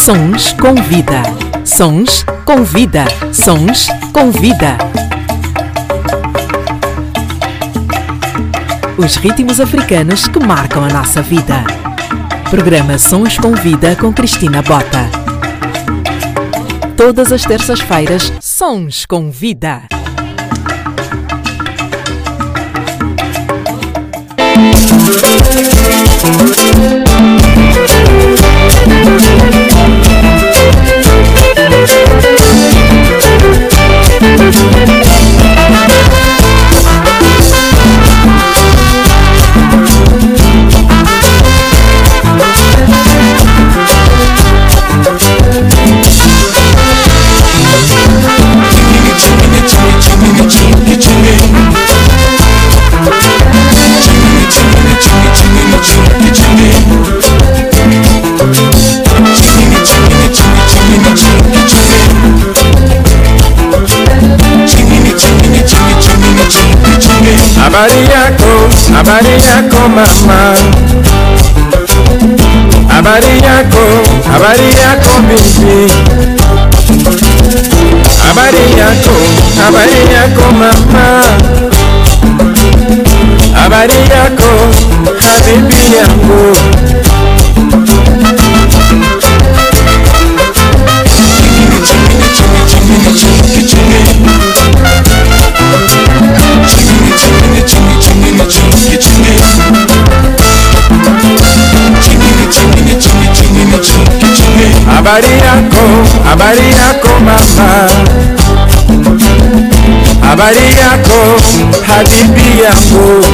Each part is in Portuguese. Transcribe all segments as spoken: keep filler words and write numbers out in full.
Sons com vida. Sons com vida. Sons com vida. Os ritmos africanos que marcam a nossa vida. Programa Sons com Vida com Cristina Bota. Todas as terças-feiras, Sons com Vida. Habari yako, habari yako mama. Habari yako, habari yako bibi. Habari yako, habari yako mama. Habari yako, habibi yangu. Habari yako, habari yako mama. Habari yako, habibi yangu.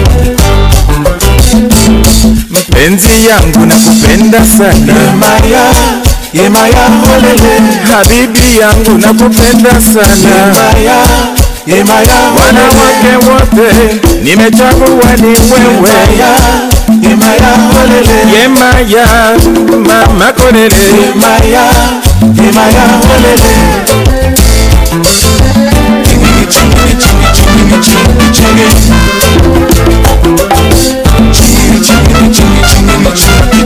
Mpenzi yangu nakupenda sana. Yemaya, yemaya olele. Habibi yangu nakupenda sana. Yemaya, yemaya wanawake wote nimechagua ni wewe. Yemaya olele. Yemaya mama kolele. Yemaya, yemaya olele. Chingini chingini chingini chingini chingini chingini chingini chingini chingini chingini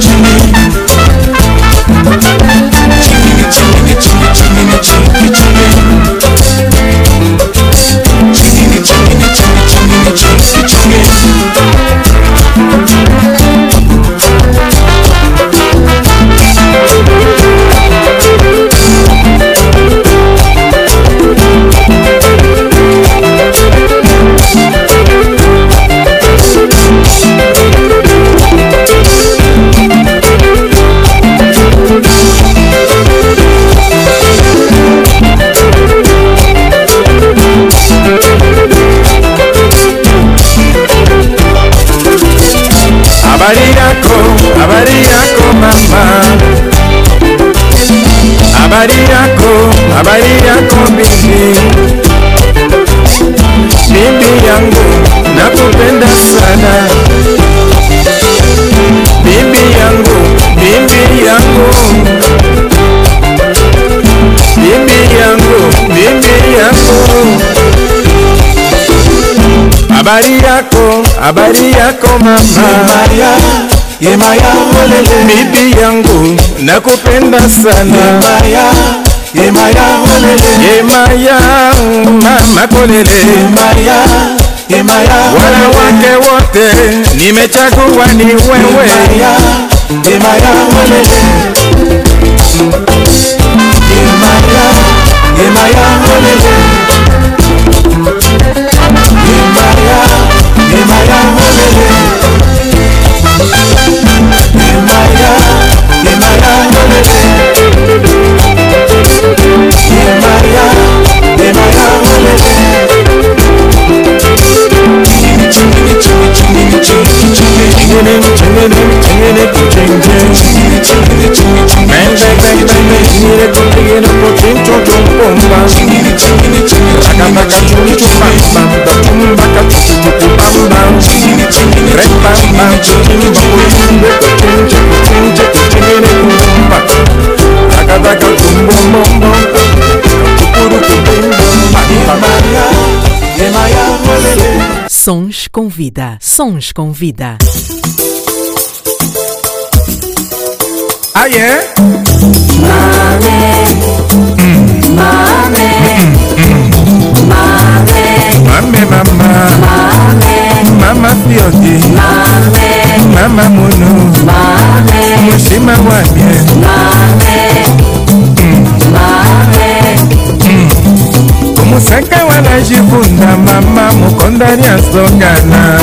habari yako, habari yako mama. Habari yako, habari yako bibi. Bibi yangu nakupenda sana. Bibi yangu, bibi yangu. Bibi yangu, bibi yangu. Habari yako, habari yako mama. Yemaya, yemaya olele. Bibi yangu nakupenda sana. Yemaya, yemaya olele. Yemaya mama kolele. Yemaya, yemaya wanawake wote nimechagua ni wewe. Yemaya, yemaya olele. Yemaya, yemaya olele. Yemaya, yemaya olele. Yemaya, yemaya olele. Yemaya, yemaya olele. Chingini chingini chingini chingini chingini chingini chingini chingini chingini chingini chingini bang bang bang bang bang chingini chingini chingini chingini chingini chingini chingini rakabaka chum chum bam bam da chum baka chum chum bam bam chingini chingini rek bam bam chingini chingini chingini chingini chingini chingini bam rakabaka chum bom bom bom chukuru chum bom bam yemaya olele. Sons com vida. Sons com vida. Ah, yeah? Mame, Mm. mame, Mm. mame, Mame, mama. mame, Mama Fioti. mame, Mama Munu. mame, Mushima Wanye. mame, Mm. mame, Mm. Kumusaka wala jibunda mama mukondari asogana.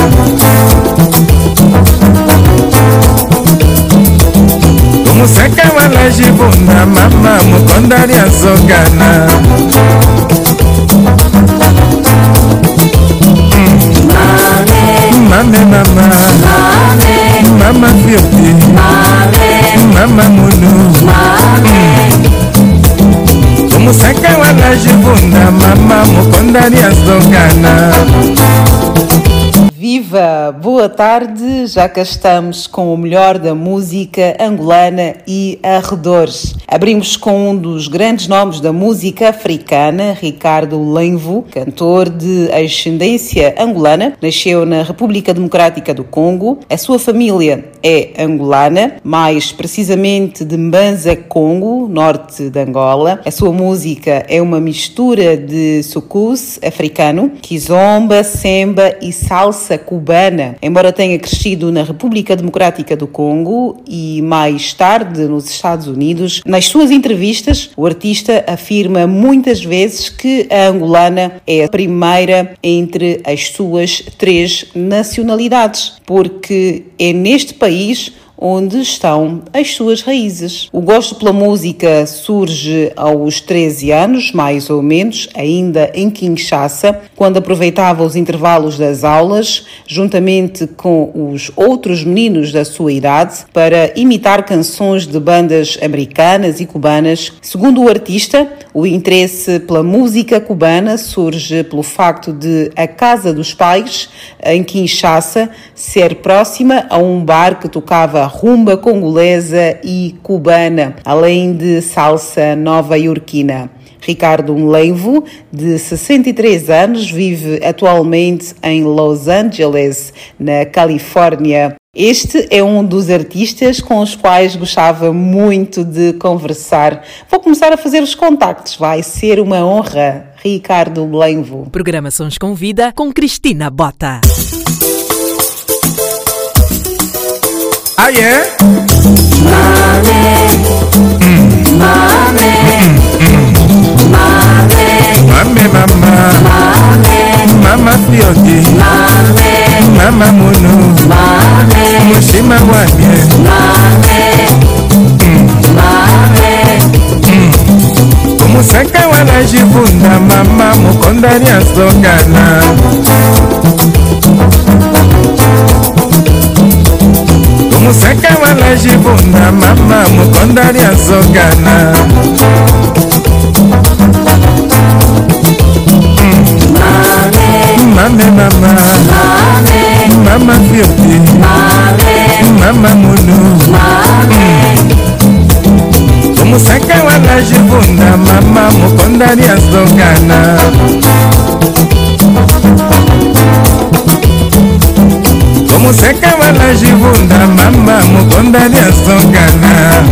Kumusaka wala jibunda mama mukondari asogana. Mame mama, mame, mama Fioti, mame, mama Munu. Kumusaka wala jibunda mama mukondari asogana. Viva! Boa tarde! Já cá estamos com o melhor da música angolana e arredores. Abrimos com um dos grandes nomes da música africana, Ricardo Lenvo, cantor de ascendência angolana. Nasceu na República Democrática do Congo. A sua família é angolana, mais precisamente de Mbanza, Congo, norte de Angola. A sua música é uma mistura de soukous africano, kizomba, semba e salsa cubana. Embora tenha crescido na República Democrática do Congo e mais tarde nos Estados Unidos, nas suas entrevistas o artista afirma muitas vezes que a angolana é a primeira entre as suas três nacionalidades, porque é neste país onde estão as suas raízes. O gosto pela música surge aos treze anos, mais ou menos, ainda em Kinshasa, quando aproveitava os intervalos das aulas, juntamente com os outros meninos da sua idade, para imitar canções de bandas americanas e cubanas. Segundo o artista, o interesse pela música cubana surge pelo facto de a casa dos pais, em Kinshasa, ser próxima a um bar que tocava rumba congolesa e cubana, além de salsa nova-iorquina. Ricardo Lenvo, de sessenta e três anos, vive atualmente em Los Angeles, na Califórnia. Este é um dos artistas com os quais gostava muito de conversar. Vou começar a fazer os contactos, vai ser uma honra. Ricardo Lenvo. Programa Sons com Vida com Cristina Bota. Ah, yeah? mame, Mm. mame, Mm. mame, Mame mama, mame, mama Fioti, mame, mama Munu. mame, Mushima Wanye. mame, Mm. mame, Mm. Kumusaka wala jibunda mama mukondari asogana. Kumusaka wala jibunda mama mukondari asogana. Mame mama, mame, mama Fioti, mame, mama Munu. Kumusaka wala jibunda mama mukondari asogana. Kumusaka wala jibunda mama mukondari asogana.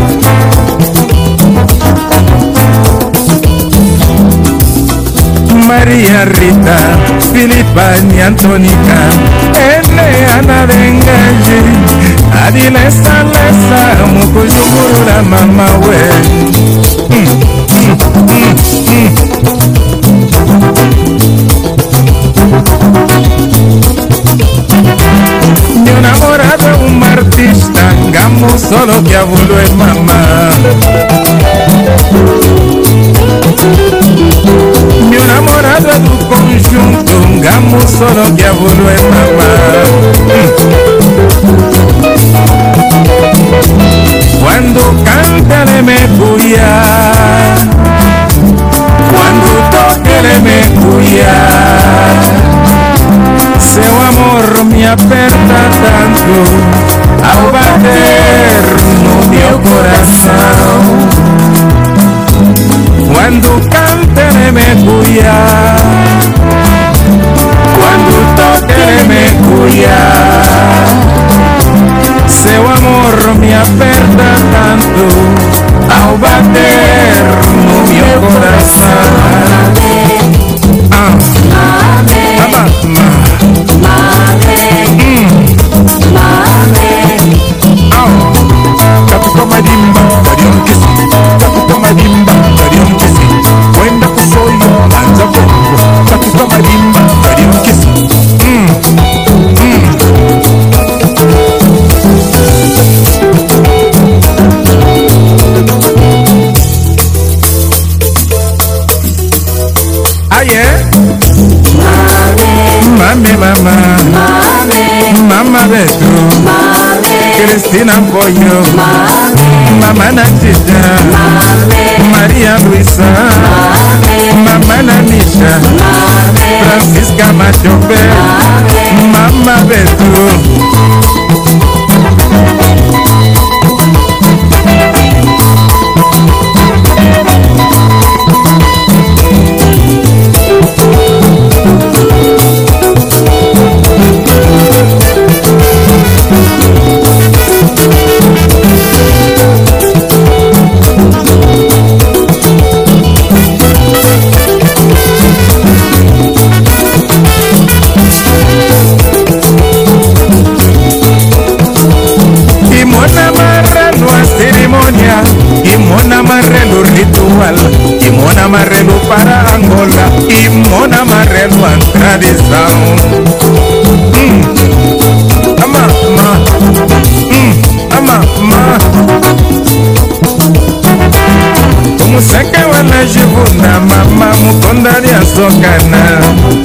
Maria Rita, Filipa ni Antonica, Ene Ana Dengaji, Adile Salesa, Mukujumura mama we. Mm, mm, mm, mm. Mi enamorado es un artista, Gamo solo que abuelo es mamá. Meu namorado é do conjunto, um gamo solo que abuelo é mamá. Quando canta ele me cuia, quando toca ele me cuia. Seu amor me aperta tanto ao bater no meu coração. Quando canta ele me cuia, quando toca ele me cuia. Seu amor me aperta tanto ao bater no meu coração. Ah, ama, Capitão Marimba, Darion Kissi, Capitão Marimba, Darion Kissi, Wenda Kusoyo, Lanza Bongo, Capitão Marimba, Darion Kissi. Mame, mama, mama Beto, Cristina Pollo, mama Natita, Maria Luisa, mama Nanisha, Francisca Machope, mama Beto. E mona amarelo para Angola, e mona amarelo a tradição. Hum, ama, ma, hum, ama, ma. Como se que ela jivuna, mama mukonda ya sokana.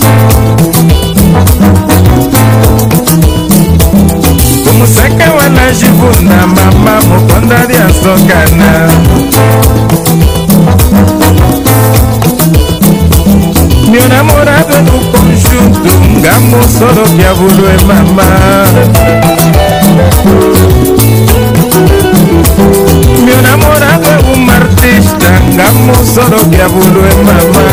Como se que ela jivuna, mama mukonda ya sokana. Meu namorado é no conjunto, um gamo soro que abulo é mamá. Meu namorado é um artista, um gamo soro que abulo é mamá.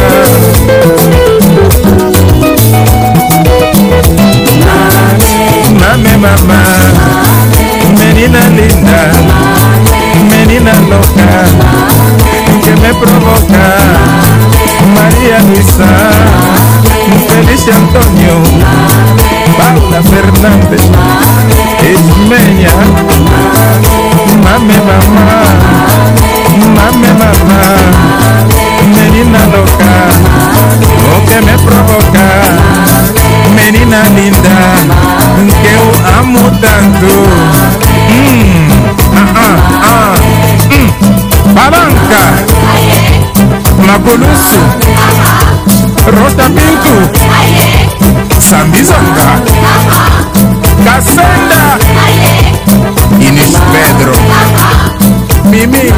Mame, mamá, menina linda, menina louca, que me provoca. Maria Luisa, Feliz Antônio, Paula Fernandes, Ismeña, mame mamá, mame mamá, menina louca, o que me provoca, menina linda, que eu amo tanto. Hum, ah, ah, ah, hum, Baranca. Macoluço, Rota Pinto, Sambizanga, Cassandra, Inês Pedro, Mimi.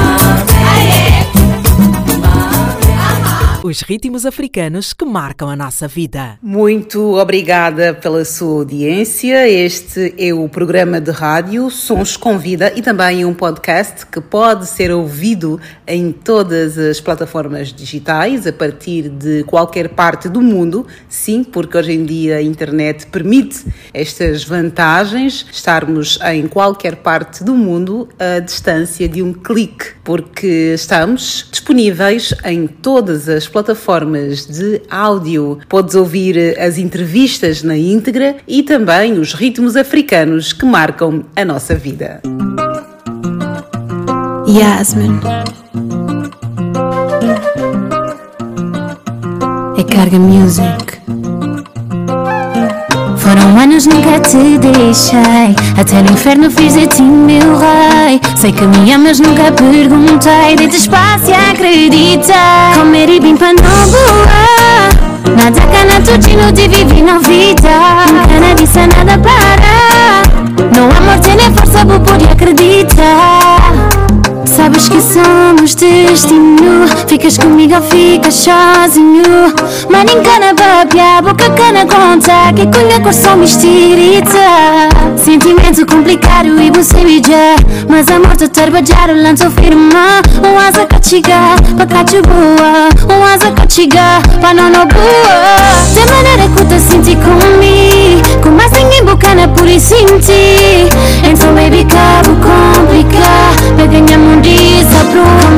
Os ritmos africanos que marcam a nossa vida. Muito obrigada pela sua audiência. Este é o programa de rádio Sons com Vida e também um podcast que pode ser ouvido em todas as plataformas digitais a partir de qualquer parte do mundo. Sim, porque hoje em dia a internet permite estas vantagens, estarmos em qualquer parte do mundo à distância de um clique, porque estamos disponíveis em todas as plataformas de áudio. Podes ouvir as entrevistas na íntegra e também os ritmos africanos que marcam a nossa vida. Yasmin é Carga Music. Foram anos, nunca te deixei, até no inferno fiz de ti meu rei. Sei que me amas, nunca perguntei, dei-te espaço e acreditei. Comer e bem para não voar, nada cana tudinho de viver na vida. Nada disso, nada para, não há morte nem força, vou poder acreditar. Sabes que somos destino, ficas comigo ou ficas sozinho. Mas nem cana babia, boca cana conta, que cunha cor só mistirita. Sentimento complicado e você me já, mas amor te trabalhar o lanço firma. Um asa que chega, pra cá te boa, um asa que chega, pra não no boa. De maneira que te senti comigo, com mais ninguém bocana por isso senti. Então baby, cabo complicar, pra ganhar mundiça pro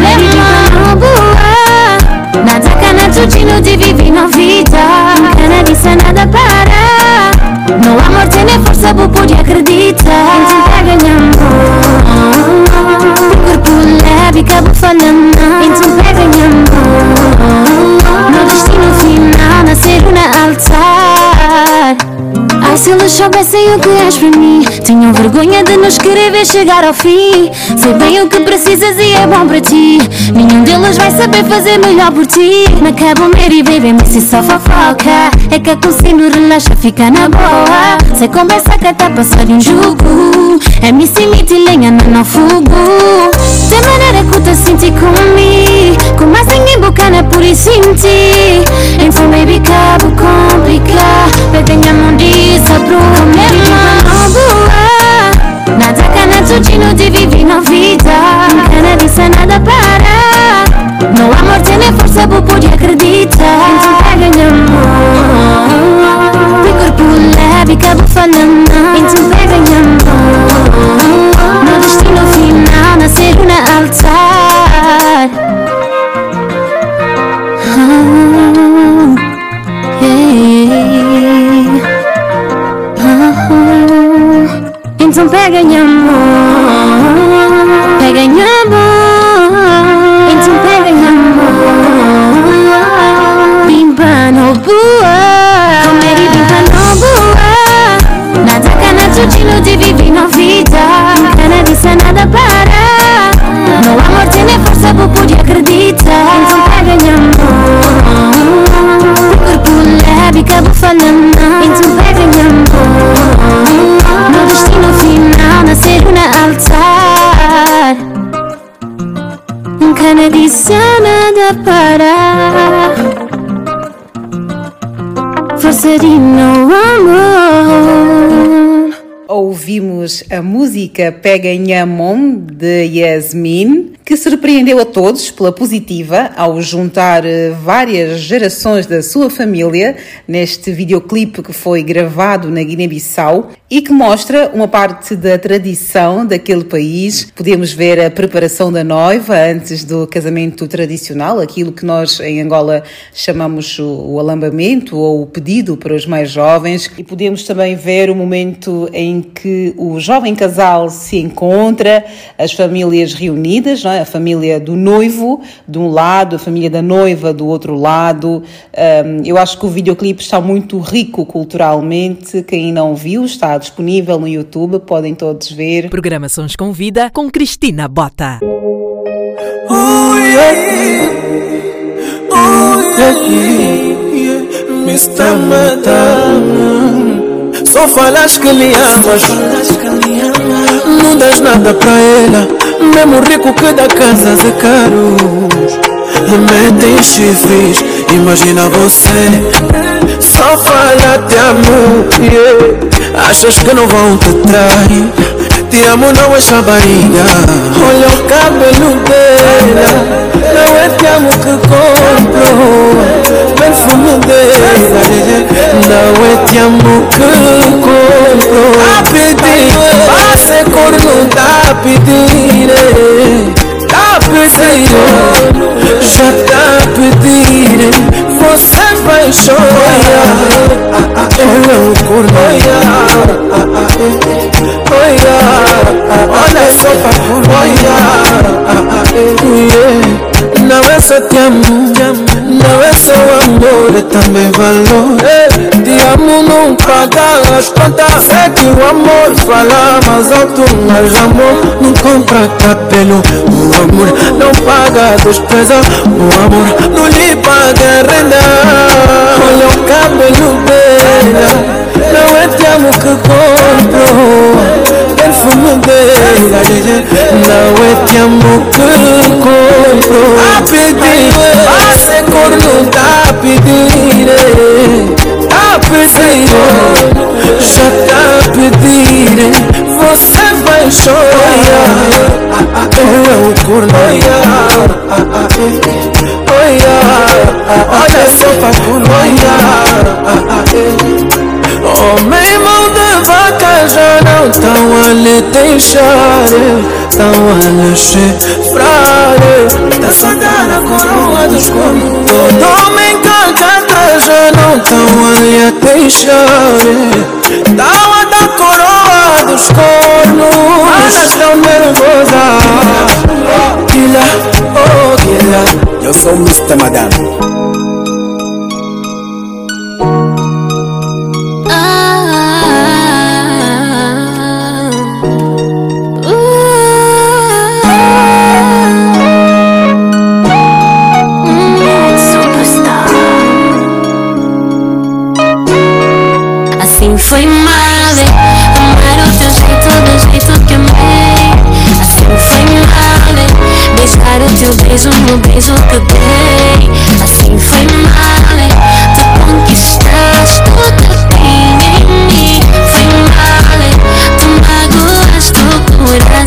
força, vou poder acreditar. Então pega minha mão, o corpo leve, acabo falando. Então pega minha mão, meu destino final, nascer na altar. Ai, se eles soubessem o que és para mim, tinham vergonha de nos querer ver chegar ao fim. Sei bem o que precisas e é bom para ti. Nenhum deles vai saber fazer melhor por ti. Me acabam Mary, baby, mas se só fofoca. É que aconselho, relaxa, fica na boa. Sei conversa que tá passando em jogo. É me se lenha no não fogo. De maneira que eu te senti comigo, com mais ninguém bocana por isso senti. Então baby, cabo complicar. Pega minha mão, diz a problema. Não boa, nada cana tudinho de viver na vida. Cana disse nada para. No amor tem força, vou poder acreditar. Então pega minha mão, o corpo leve, cabo falando. Então pega minha mão, meu destino final, nascer na altar. Oh, yeah. Oh, então pega minha mão, pega minha mão. Então pega minha mão, bimba no boa, comer bimba no boa. Nada cana tudinho de viver na vida. Cana disse nada para. No amor tem força, vou poder acreditar. Então pega minha mão, o corpo leve, acabo falando. Então pega minha mão, meu destino final, nascer na altar. Cana disse nada para. Força de no amor. Ouvimos a música Pega Nha Mom, de Yasmin, que surpreendeu a todos pela positiva ao juntar várias gerações da sua família neste videoclipe que foi gravado na Guiné-Bissau e que mostra uma parte da tradição daquele país. Podemos ver a preparação da noiva antes do casamento tradicional, aquilo que nós em Angola chamamos o alambamento ou o pedido para os mais jovens, e podemos também ver o momento em que o jovem casal se encontra, as famílias reunidas, não é? A família do noivo de um lado, a família da noiva do outro lado. Um, eu acho que o videoclipe está muito rico culturalmente. Quem não viu, está disponível no YouTube, podem todos ver. Programações com Vida com Cristina Bota. Oh yeah, oh yeah, yeah. Me está matando. Só falas que lhe amas, não das nada pra ela. Mesmo rico que dá casas é caro, metem chifres, imagina você. Só fala te amo, yeah. Achas que não vão te trair? Te amo não é barriga. Olha o cabelo dela, não é te amo que compro, perfume dela, não é te amo que compro. A pedir, passa corno, tá a pedir, tá a pedir, já tá a pedir. Você vai chorar, olha o corno, olha só pra olha. Não é só te amo, não é só amor, é também valor. Te amo não paga as contas, é que o amor fala mais alto, mas amor não compra cabelo. O amor não paga despesa, o amor não lhe paga renda. Olha o cabelo dela, não é te amo que compro, perfume dela, não é te amo que compro. A pedir, passa corno, tá a pedir, tá a pedir, já tá a pedir. Você vai chorar, olha o corno, olha só pra corno. Homem mão de vaca já não tão a lhe deixar, tão a lhe chifrar. Tá sagrada a coroa dos cornos. Todo homem cagada já não tão a lhe deixar, tão a da coroa Dança, madame. Assim foi mal, é amar o teu jeito, do jeito que amei. Assim foi mal, é beijar o teu beijo no beijo que dei. Assim foi mal, é tu conquistaste tudo que tinha em mim. Foi mal, é tu magoaste o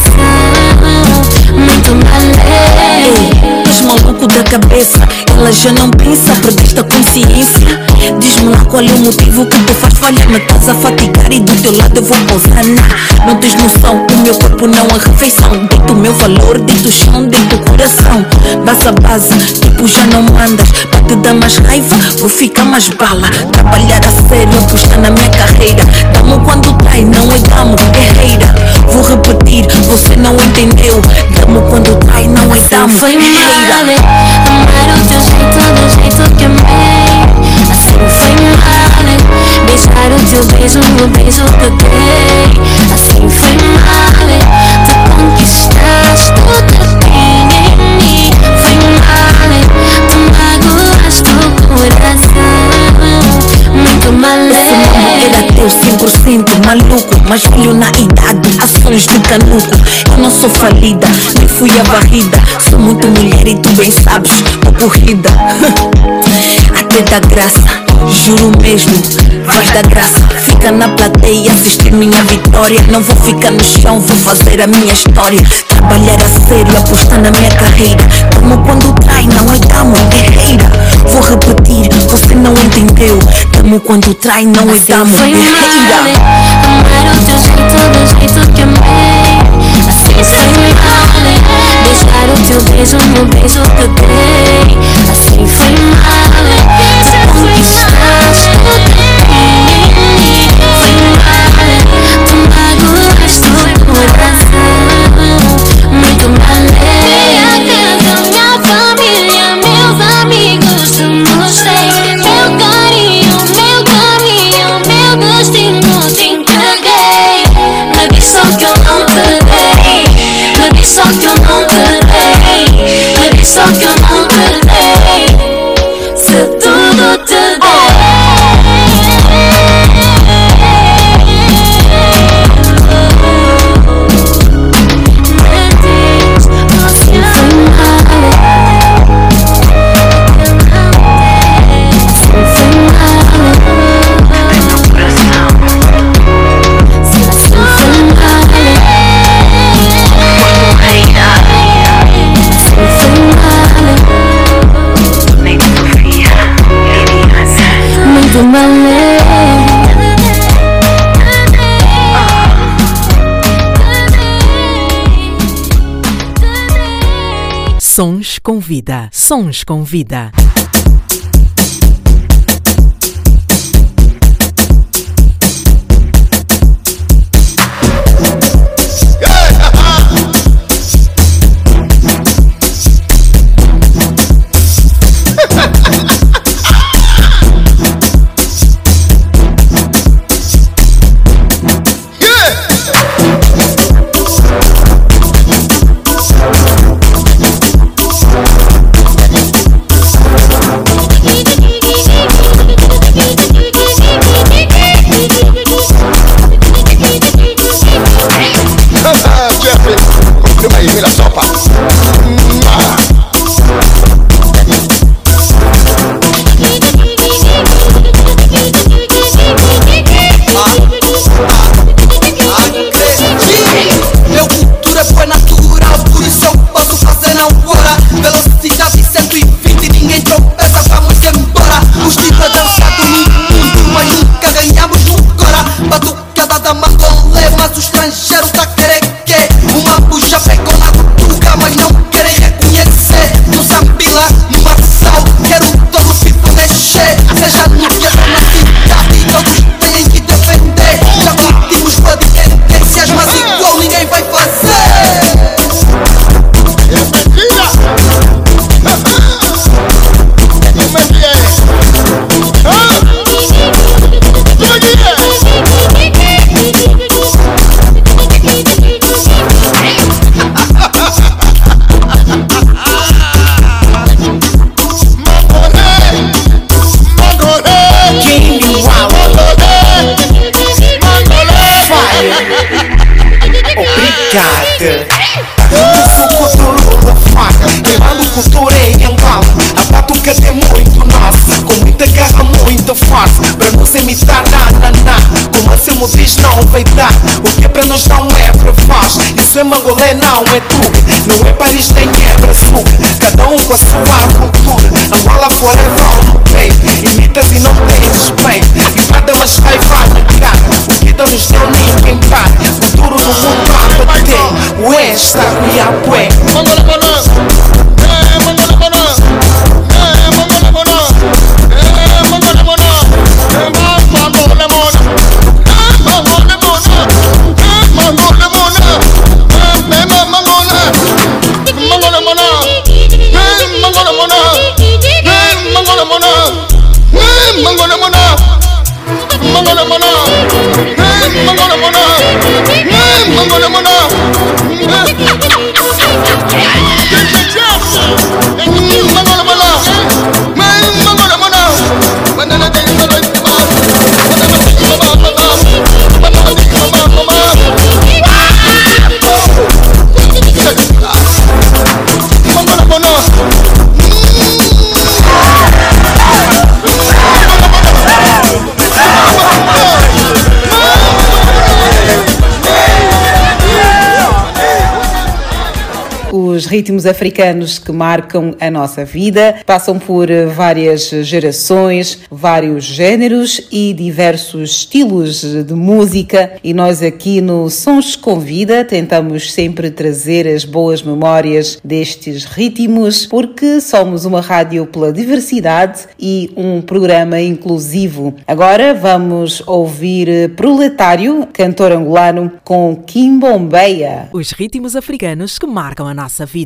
coração. Muito mal, é. És maluco da cabeça, ela já não pensa, perdeste a consciência. Diz-me lá qual é o motivo que te faz falhar. Me estás a fatigar e do teu lado eu vou pousar. Não, não tens noção, o meu corpo não é refeição. Dito o meu valor, dito o chão, dito o coração. Base a base, tipo já não mandas. Pra te dar mais raiva, vou ficar mais bala. Trabalhar a sério, apostar na minha carreira. Damo quando trai, não é damo, guerreira. Vou repetir, você não entendeu. Damo quando trai, não é damo, foi mal, guerreira. amar o teu jeito, do jeito que amei. Assim foi mal, beijar o teu beijo no beijo que dei. Assim foi mal, tu conquistaste tudo que tinha em mim. Foi mal, tu magoaste o coração. Muito mal. Esse mambo era teu cem por cento maluco, mais velho na idade, ações de canuco. Eu não sou falida, nem fui a varrida. Sou muito mulher e tu bem sabes, tô corrida. Até da graça, juro mesmo, faz da graça. Fica na plateia, assistir minha vitória. Não vou ficar no chão, vou fazer a minha história. Trabalhar a sério, apostar na minha carreira. Damo quando trai, não é damo, guerreira. Vou repetir, você não entendeu. Damo quando trai, não é damo, foi guerreira. mal, amar o teu jeito, do jeito que amei. Assim foi mal, beijar o teu beijo no beijo que dei. Assim foi mal, tu conquistaste tudo que tinha em mim. Foi mal, tu magoaste o coração. Muito mal. Minha casa, minha família, meus amigos, te mostrei meu carinho, meu caminho, meu destino te entreguei. Me diz só que eu não te dei, me diz só que eu não te dei, me diz só que eu não te dei. Se tudo te dei. Sons com vida. Sons com vida. Obrigada. Eu sou cultura da faca, levando cultura em Angola. A batuca é muito nossa, com muita garra, muita força. Pra nos imitar, na, na, na. Como assim me diz, não vai dar. O que é pra nós não é pra vós. Isso é mangolé, não é tuga. Não é Paris, nem é Brasil. Cada um com a sua cultura. Angola forever no peito. Imitas e não tens respeito. Invada, mas vai, vai na cara. O que não nos deu ninguém para. Futuro do mundo a bater. Ué, está com Iapué. Mangola, mangola. Eh, mangola, mangola. Eh, mangola, mangola. Eh, mangola, mangola. Eh, mangola, mangola. Eh, mangola, mangola. Eh, mangola, mangola. Eh, mangola, mangola. Mangola, mangola. Eh, mangola, mangola. Eh, mangola, mangola. Eh, mangola, mangola. Mangola, mangola. Eh, mangola, mangola. Eh, mangola, mangola. Os ritmos africanos que marcam a nossa vida passam por várias gerações, vários géneros e diversos estilos de música, e nós aqui no Sons Convida tentamos sempre trazer as boas memórias destes ritmos, porque somos uma rádio pela diversidade e um programa inclusivo. Agora vamos ouvir Proletário, cantor angolano, com Quimbombeia. Os ritmos africanos que marcam a nossa vida.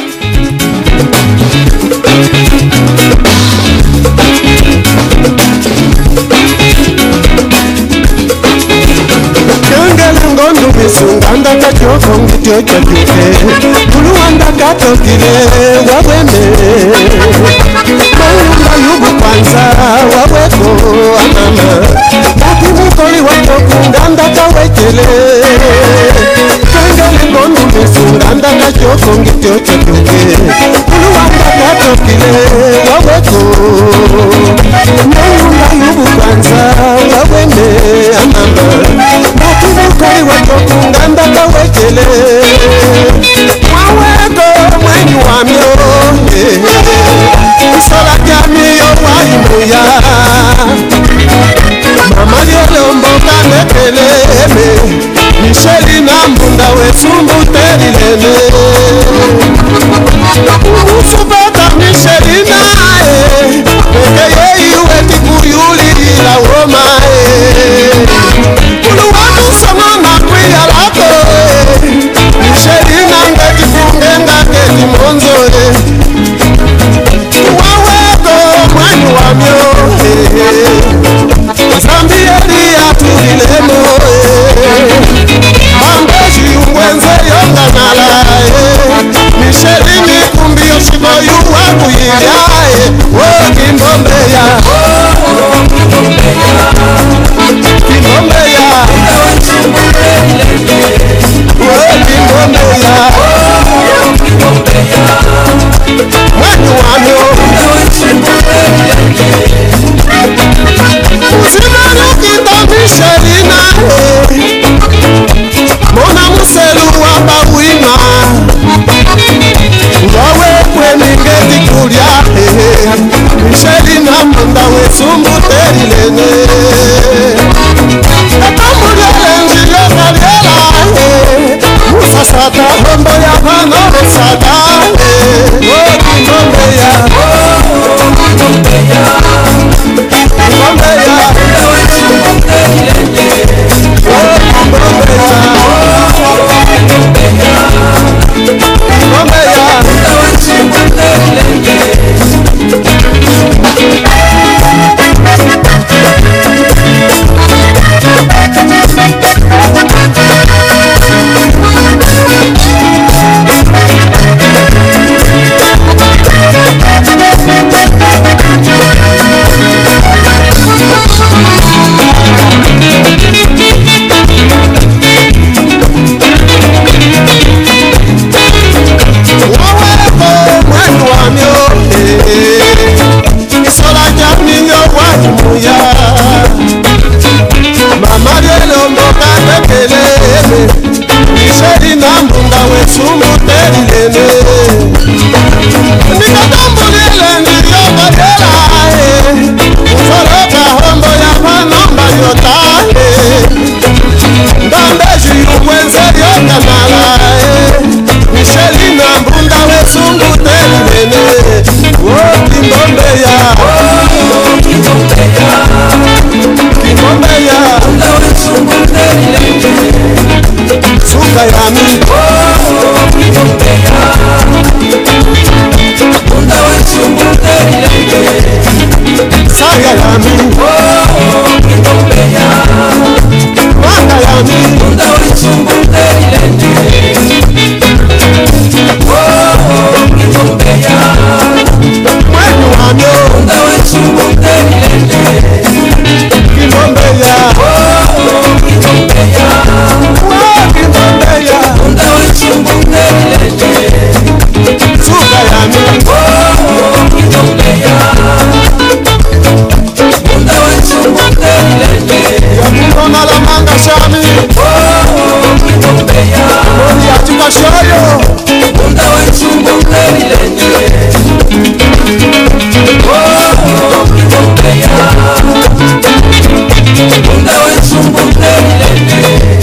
Kangalangondo misunganda kachoko ngityo chachuke Kuluanda katokile waweme Mayumba yubu kwanza waweko amama Bati mukoli wako kunganda kawekele Kangalangondo misunganda kachoko ngityo chachuke Kuluanda katokile waweko Mayumba yubu kwanza waweme amama Kari wako kunganda kawekele Mwaweko mwenyu wa myo Usola kamiyo wa imuya Mama liele mboka lekeleme Misheli na mbunda we sumbu terilene Usubata Misheli nae Eke ye iwe kibuyuli ila womae Ulu watu sama na kuya Shelina mbunda wesumutelilene nikatambulile ndiyobadelae usoloka hombo ya manamba yotae ndambeji yukwenze yokanalae Shelina mbunda wesumutelilene Kimombeya Kimombeya Suka yami Kimombeya Bunda wesumutelilene Saga yami Kimombeya Maka yami Bunda wesumutelilene Kimombeya Mwenu wamyo Bunda wesumutelilene Kimombeya Kimombeya Kimombeya Bunda wesumutelilene Suka yami Kimombeya Bunda wesumutelilene Yamunona la manga shami Kimombeya Mori atika shoyo Bunda wesumutelilene Kimombeya Bunda wesumutelilene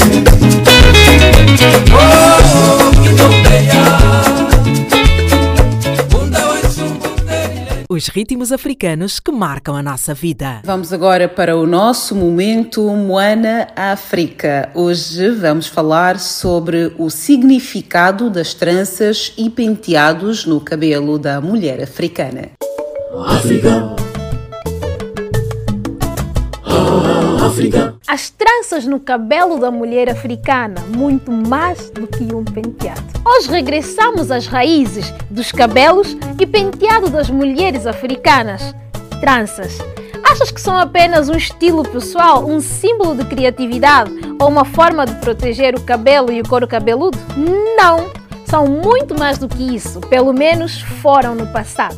Os ritmos africanos que marcam a nossa vida. Vamos agora para o nosso momento Moana África. Hoje vamos falar sobre o significado das tranças e penteados no cabelo da mulher africana. África. África. As tranças no cabelo da mulher africana, muito mais do que um penteado. Hoje regressamos às raízes dos cabelos e penteado das mulheres africanas. Tranças. Achas que são apenas um estilo pessoal, um símbolo de criatividade ou uma forma de proteger o cabelo e o couro cabeludo? Não! São muito mais do que isso, pelo menos foram no passado.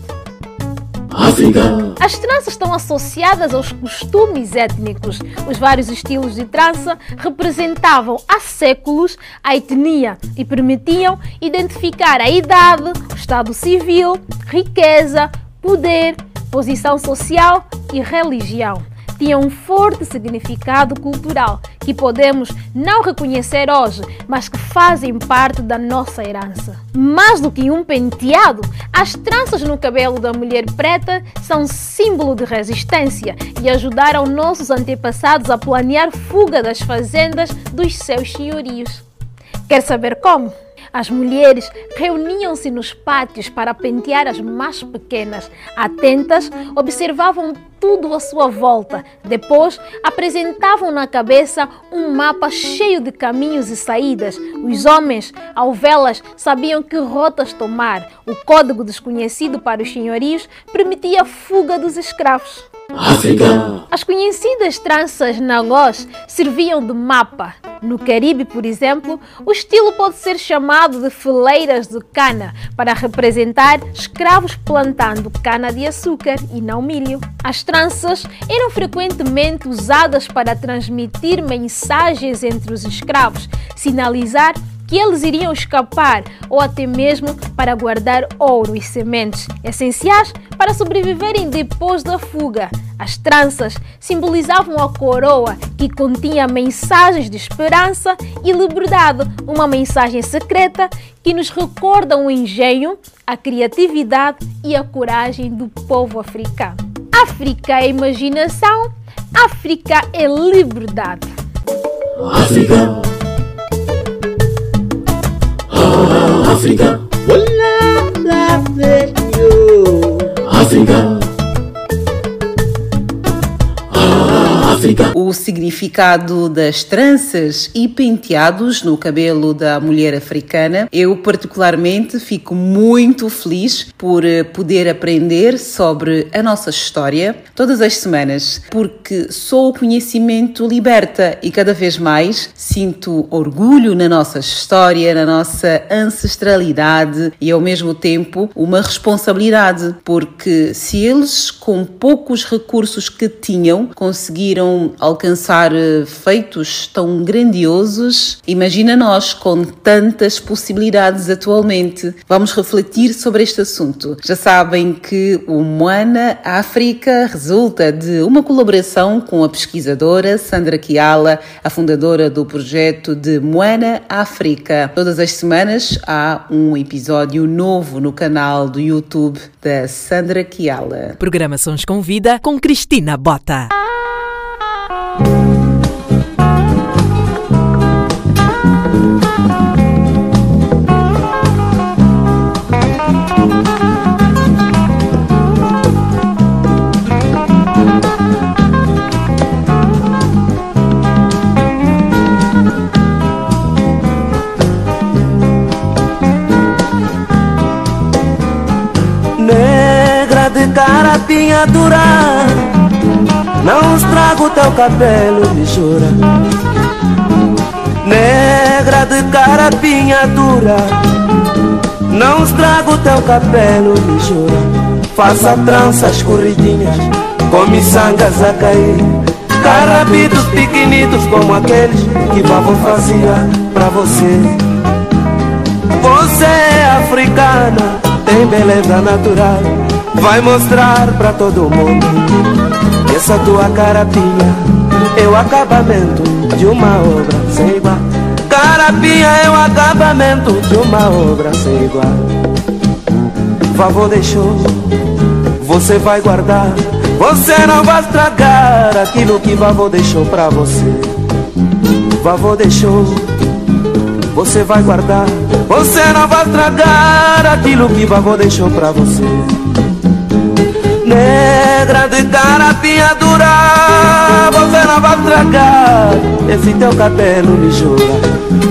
África. As tranças estão associadas aos costumes étnicos. Os vários estilos de trança representavam há séculos a etnia e permitiam identificar a idade, o estado civil, riqueza, poder, posição social e religião. Tinham um forte significado cultural que podemos não reconhecer hoje, mas que fazem parte da nossa herança. Mais do que um penteado, as tranças no cabelo da mulher preta são símbolo de resistência e ajudaram nossos antepassados a planear fuga das fazendas dos seus senhorios. Quer saber como? As mulheres reuniam-se nos pátios para pentear as mais pequenas. Atentas, observavam tudo à sua volta. Depois, apresentavam na cabeça um mapa cheio de caminhos e saídas. Os homens, ao vê-las, sabiam que rotas tomar. O código desconhecido para os senhorios permitia a fuga dos escravos. África. As conhecidas tranças nagós serviam de mapa. No Caribe, por exemplo, o estilo pode ser chamado de fileiras de cana para representar escravos plantando cana-de-açúcar e não milho. As tranças eram frequentemente usadas para transmitir mensagens entre os escravos, sinalizar que eles iriam escapar ou até mesmo para guardar ouro e sementes, essenciais para sobreviverem depois da fuga. As tranças simbolizavam a coroa, que continha mensagens de esperança e liberdade, uma mensagem secreta que nos recorda o engenho, a criatividade e a coragem do povo africano. África é imaginação, África é liberdade. África. África. África. África. O significado das tranças e penteados no cabelo da mulher africana. Eu particularmente fico muito feliz por poder aprender sobre a nossa história todas as semanas, porque só o conhecimento liberta e cada vez mais sinto orgulho na nossa história, na nossa ancestralidade e ao mesmo tempo uma responsabilidade, porque se eles com poucos recursos que tinham conseguiram alcançar alcançar feitos tão grandiosos. Imagina nós com tantas possibilidades atualmente. Vamos refletir sobre este assunto. Já sabem que o Moana África resulta de uma colaboração com a pesquisadora Sandra Kiala, a fundadora do projeto de Moana África. Todas as semanas há um episódio novo no canal do YouTube da Sandra Kiala. Programações com Vida com Cristina Bota. Negra de carapinha dura, não estrago teu cabelo, me jura. Negra de carapinha dura, não estrago teu cabelo, me jura. Faça tranças corridinhas, com miçangas a cair, carabitos pequenitos como aqueles que vovô fazia pra você. Você é africana, tem beleza natural, vai mostrar pra todo mundo que essa tua carapinha é o acabamento de uma obra sem igual. Carapinha é o acabamento de uma obra sem igual. Vovô deixou, você vai guardar, você não vai estragar aquilo que vovô deixou pra você. Vovô deixou, você vai guardar, você não vai estragar aquilo que vovô deixou pra você. Negra de carapinha dura, você não vai estragar esse teu cabelo, me jura.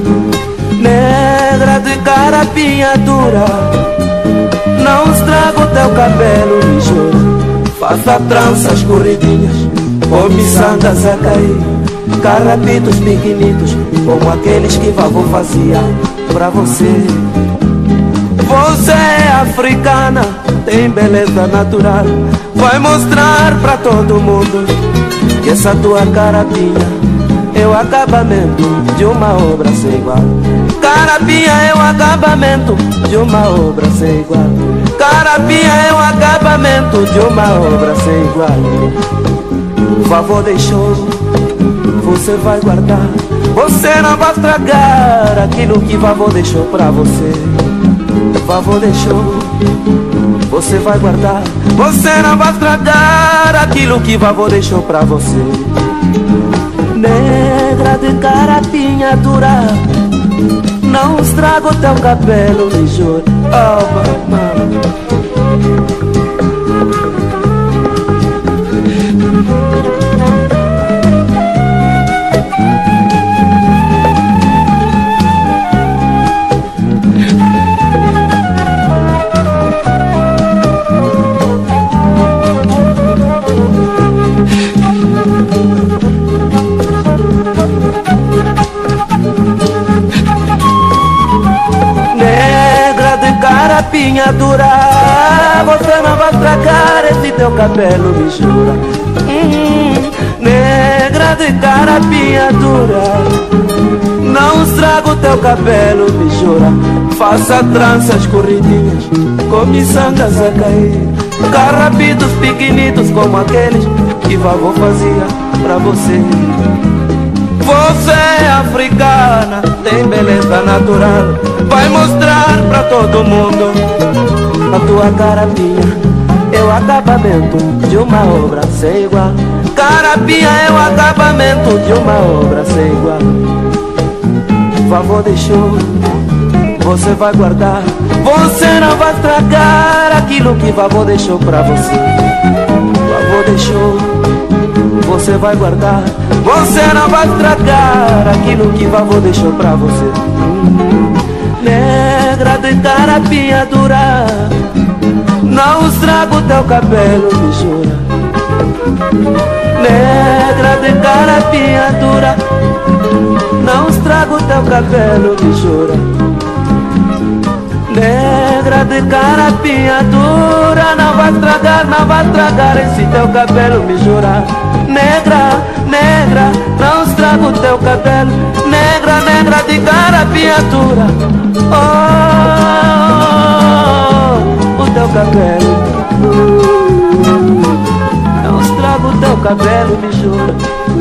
Negra de carapinha dura, não estraga o teu cabelo, me jura. Faça tranças corridinhas, com miçangas a cair, carapitos pequenitos como aqueles que vovô fazia pra você. Você é africana, tem beleza natural, vai mostrar pra todo mundo que essa tua carapinha é o acabamento de uma obra sem igual. Carapinha é o acabamento de uma obra sem igual. Carapinha é o acabamento de uma obra sem igual. Vovô deixou, você vai guardar, você não vai estragar aquilo que vovô deixou pra você. Vovô deixou, você vai guardar, você não vai estragar aquilo que vovô deixou pra você. Negra de carapinha dura, não estraga o teu cabelo, me juro. Oh, mama. Carapinha dura, você não vai estragar esse teu cabelo, me jura. hum, Negra de carapinha dura, não estraga o teu cabelo, me jura. Faça tranças corridinhas, com miçangas a cair, carapitos pequenitos como aqueles que vovô fazia pra você. Você é africana, tem beleza natural, vai mostrar pra todo mundo a tua carapinha é o acabamento de uma obra sem igual. Carapinha é o acabamento de uma obra sem igual. Vovô deixou, você vai guardar, você não vai estragar aquilo que vovô deixou pra você. Vovô deixou, você vai guardar, você não vai estragar aquilo que vovô deixou pra você. Negra de carapinha dura, não estraga o teu cabelo, me jura. Negra de carapinha dura, não estraga o teu cabelo, me jura. Negra de carapinha dura, não vai estragar, não vai estragar esse teu cabelo, me jura. Negra negra, não estraga o teu cabelo. Negra, negra de carapiatura. Oh, o teu cabelo. Não estraga o teu cabelo, me jura.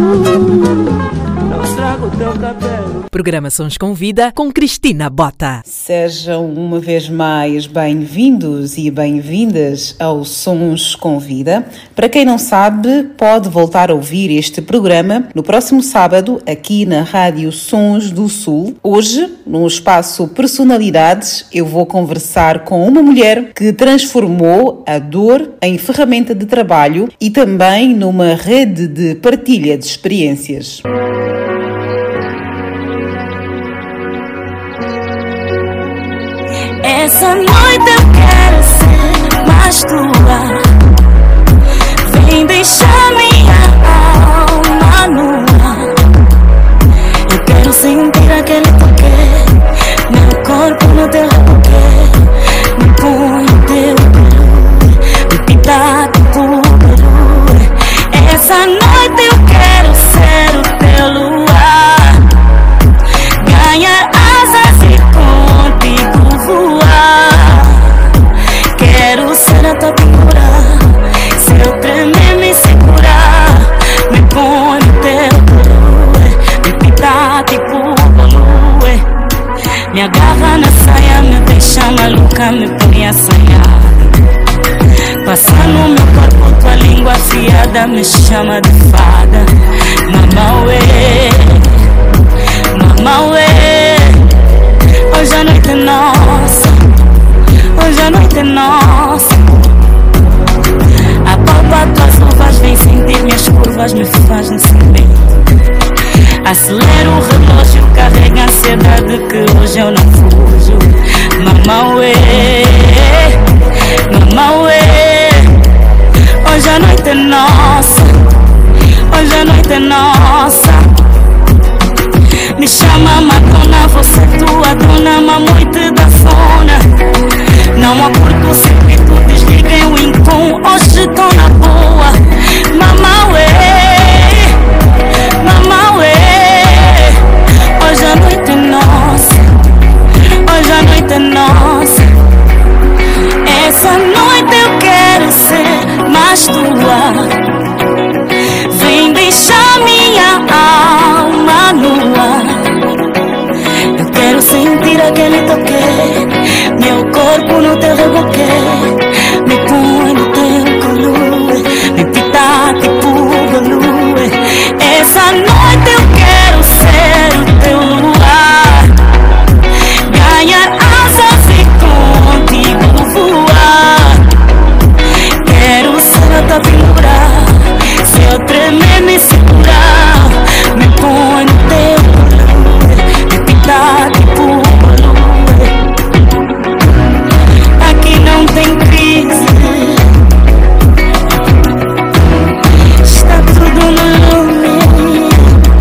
Não estraga o teu cabelo. Programa Sons com Vida com Cristina Bota. Sejam uma vez mais bem-vindos e bem-vindas ao Sons com Vida. Para quem não sabe, pode voltar a ouvir este programa no próximo sábado, aqui na Rádio Sons do Sul. Hoje, no espaço Personalidades, eu vou conversar com uma mulher que transformou a dor em ferramenta de trabalho e também numa rede de partilha de experiências. Essa noite eu quero ser mais tua. Vem deixar minha alma nua. Eu quero sentir aquele toque, meu corpo no teu toque. Me põe no teu calor, me pinta por calor. Essa noite eu quero ser o teu luar, ganhar asas e contigo voar. Quero ser a tua figura, se eu tremer me segurar. Me põe no teu calor, me pinta tipo lua. Me agarra na saia, me deixa maluca, me põe assanhada. Passa no meu corpo tua língua afiada, me chama de fada. Mamauê, mamauê. Hoje a noite é nossa, hoje a noite é nossa. Apalpa tuas luvas, vem sentir minhas curvas, me faz no cimento. Acelera o relógio, carrega a ansiedade que hoje eu não fujo. Mamauê, mamauê. Hoje a noite é nossa, hoje a noite é nossa. Me chama Madonna, você tua dona, mamute da fona. Não acordo o circuito, desliguem o incom, hoje tô na boa. Mamauê, mamauê. Hoje a noite é nossa, hoje a noite é nossa. Essa noite eu quero ser mais tua. Vem deixar minha alma nua. Eu quero sentir aquele toque, meu corpo no teu reboque. Me põe no teu calor, me pinta tipo lua. Essa noite eu quero ser o teu luar, ganhar asas e contigo voar. Quero ser a tua figura, se eu tremer me segurar. Me põe no teu calor, me pinta tipo lua. Aqui não tem crise, está tudo no lume.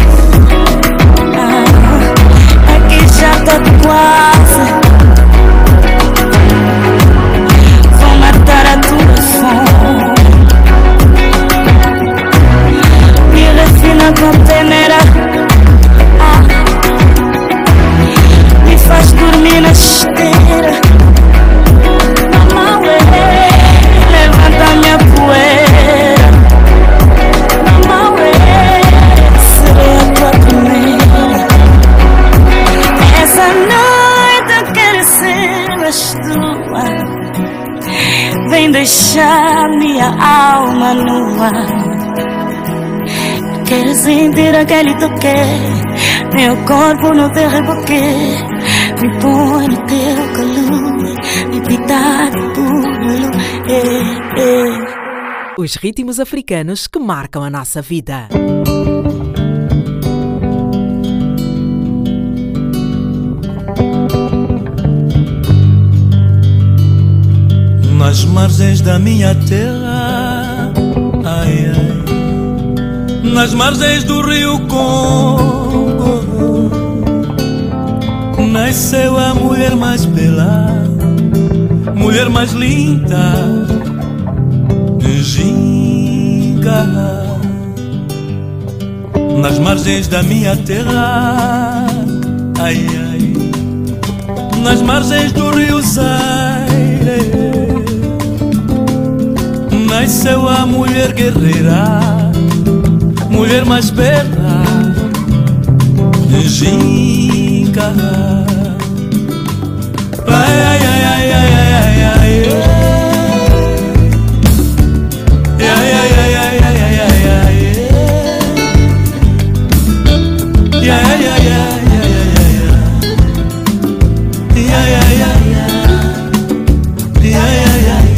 Ah, aqui já tô quase, vou matar a tua fome. Me refina com peneira, ah, me faz dormir na esteira. Mamauê, levanta minha poeira. Mamauê, serei a tua primeira. Essa noite eu quero ser mais tua. Vem deixar minha alma nua. Quero sentir aquele toque, meu corpo no teu reboque. Me põe no teu calor, me pinta de puro. Eh, eh. Os ritmos africanos que marcam a nossa vida. Nas margens da minha terra, ai, ai, nas margens do rio Congo, nasceu a mulher mais bela, mulher mais linda, Ginga. nas margens da minha terra, ai, ai, nas margens do rio Zaire, nasceu a mulher guerreira, mulher mais bela, Ginga. Ai, ai, ai, ai, ai, ai, ai, ai. Ai, ai, ai, ai, ai, ai, ai, ai. Ai, ai, ai, ai, ai, ai, ai. Ai, ai, ai, ai. Ai, ai, ai, ai.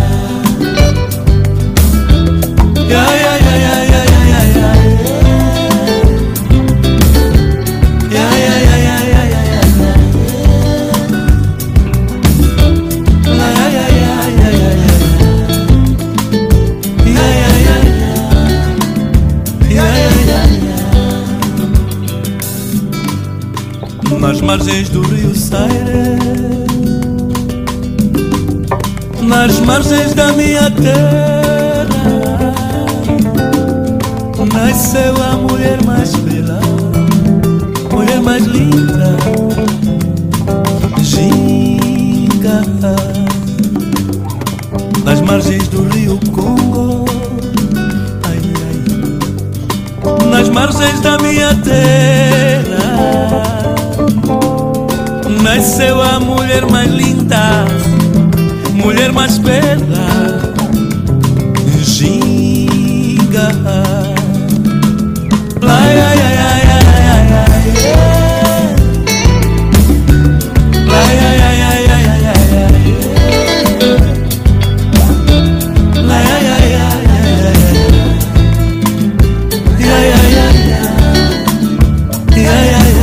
Ai, ai, ai, ai, ai, ai, ai. Nas margens do rio Zaire, nas margens da minha terra, nasceu a mulher mais bela, mulher mais linda, Ginga. Nas margens do rio Congo, ai, ai, nas margens da minha terra, nasceu a mulher mais linda, mulher mais bela, Ginga. Ai, ai, ai, ai, ai, ai, ai. Ai, ai, ai, ai, ai, ai, ai. Ai, ai, ai, ai, ai, ai. Ai, ai, ai, ai. Ai, ai, ai.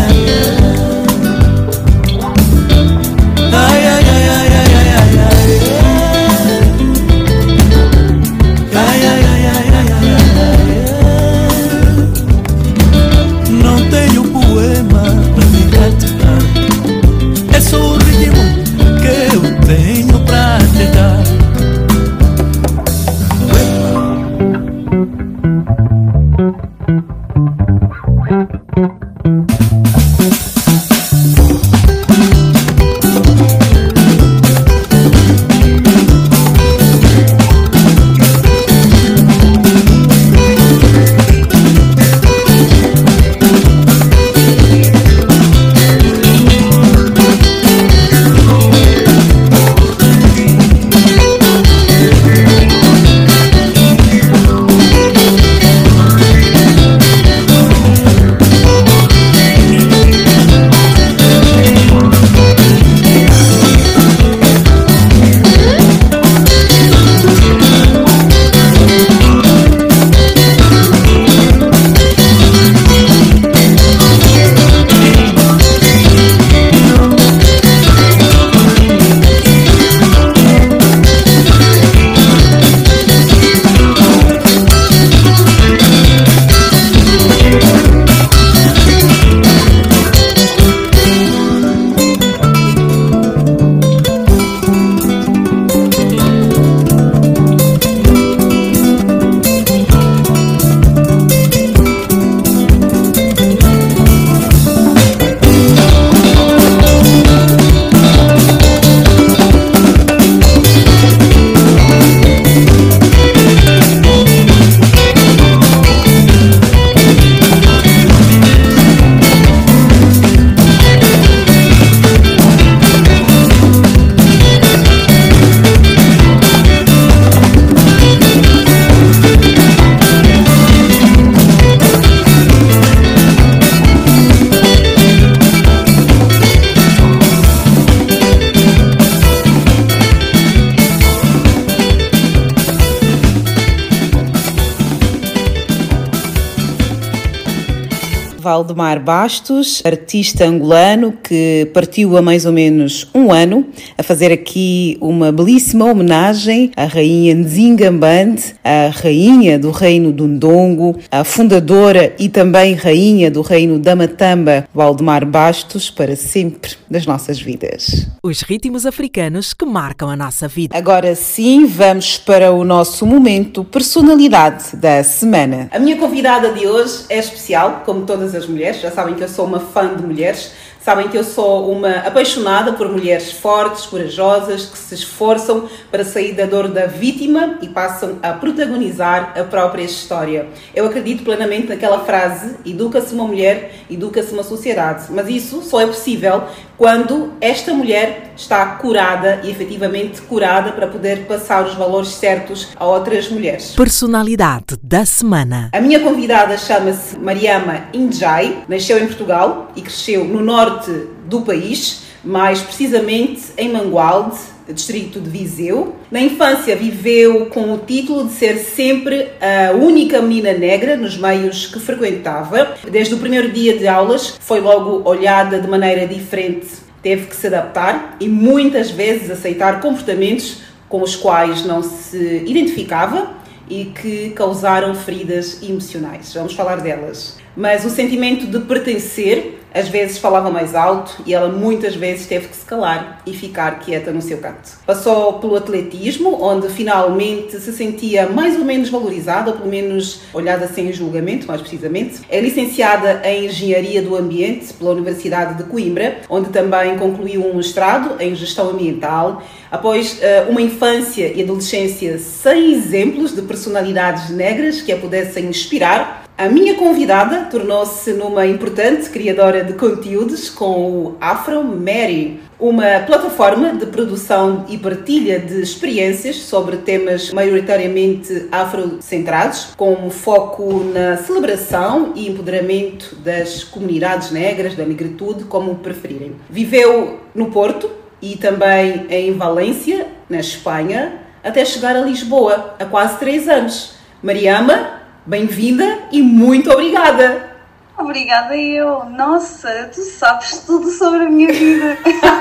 Valdemar Bastos, artista angolano que partiu há mais ou menos um ano a fazer aqui uma belíssima homenagem à rainha Nzingambande, a rainha do reino do Ndongo, a fundadora e também rainha do reino da Matamba, Valdemar Bastos, para sempre das nossas vidas. Os ritmos africanos que marcam a nossa vida. Agora sim, vamos para o nosso momento personalidade da semana. A minha convidada de hoje é especial, como todas as mulheres. Já sabem que eu sou uma fã de mulheres. Sabem que eu sou uma apaixonada por mulheres fortes, corajosas, que se esforçam para sair da dor da vítima e passam a protagonizar a própria história. Eu acredito plenamente naquela frase: educa-se uma mulher, educa-se uma sociedade. Mas isso só é possível quando esta mulher está curada e efetivamente curada para poder passar os valores certos a outras mulheres. Personalidade da semana. A minha convidada chama-se Mariama Njai, nasceu em Portugal e cresceu no norte do país, mais precisamente em Mangualde, distrito de Viseu. Na infância viveu com o título de ser sempre a única menina negra nos meios que frequentava. Desde o primeiro dia de aulas foi logo olhada de maneira diferente. Teve que se adaptar e muitas vezes aceitar comportamentos com os quais não se identificava e que causaram feridas emocionais. Vamos falar delas. Mas o sentimento de pertencer às vezes falava mais alto e ela muitas vezes teve que se calar e ficar quieta no seu canto. Passou pelo atletismo, onde finalmente se sentia mais ou menos valorizada, ou pelo menos olhada sem julgamento, mais precisamente. É licenciada em Engenharia do Ambiente pela Universidade de Coimbra, onde também concluiu um mestrado em Gestão Ambiental. Após uh, uma infância e adolescência sem exemplos de personalidades negras que a pudessem inspirar, a minha convidada tornou-se numa importante criadora de conteúdos com o Afro Mary, uma plataforma de produção e partilha de experiências sobre temas maioritariamente afrocentrados, com foco na celebração e empoderamento das comunidades negras, da negritude, como preferirem. Viveu no Porto e também em Valência, na Espanha, até chegar a Lisboa, há quase três anos. Mariama, bem-vinda e muito obrigada! Obrigada eu! Nossa, tu sabes tudo sobre a minha vida!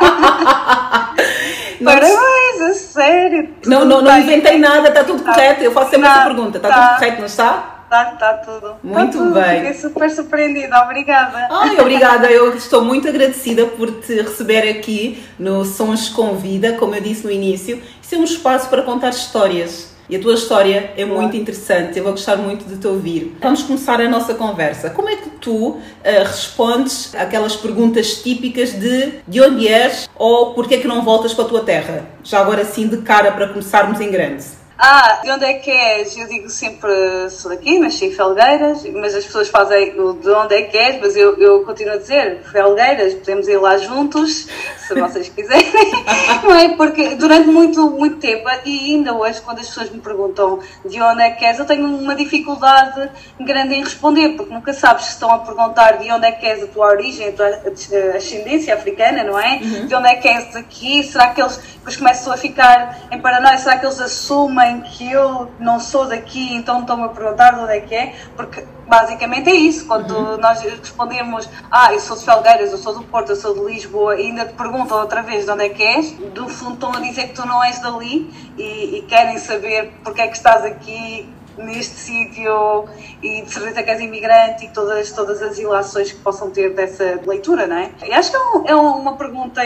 Parabéns, a sério! Não, não, não inventei nada, está tudo tá, correto. Eu faço sempre tá, essa pergunta, está tá, tudo correto, não está? Está, está tudo. Muito tá tudo. bem. Fiquei super surpreendida, obrigada. Ai, obrigada, eu estou muito agradecida por te receber aqui no Sons Convida, como eu disse no início. Isso é um espaço para contar histórias. E a tua história é muito interessante, eu vou gostar muito de te ouvir. Vamos começar a nossa conversa. Como é que tu uh, respondes aquelas perguntas típicas de de onde és ou porquê é que não voltas para a tua terra? Já agora sim de cara para começarmos em grande. Ah, de onde é que és? Eu digo sempre, sou daqui, nasci em Felgueiras, mas as pessoas fazem o de onde é que és, mas eu, eu continuo a dizer, Felgueiras, podemos ir lá juntos, se vocês quiserem, não é? Porque durante muito, muito tempo, e ainda hoje, quando as pessoas me perguntam de onde é que és, eu tenho uma dificuldade grande em responder, porque nunca sabes se estão a perguntar de onde é que és a tua origem, a tua ascendência africana, não é? Uhum. De onde é que és daqui? Será que eles, depois começam a ficar em paranoia, será que eles assumem que eu não sou daqui, então estão-me a perguntar de onde é que é, porque basicamente é isso, quando uhum. nós respondemos, ah, eu sou de Felgueiras, eu sou do Porto, eu sou de Lisboa, e ainda te perguntam outra vez de onde é que és, do fundo estão a dizer que tu não és dali e, e querem saber porque é que estás aqui neste sítio e de certeza que és imigrante e todas, todas as ilações que possam ter dessa leitura, não é? E acho que é, um, é uma pergunta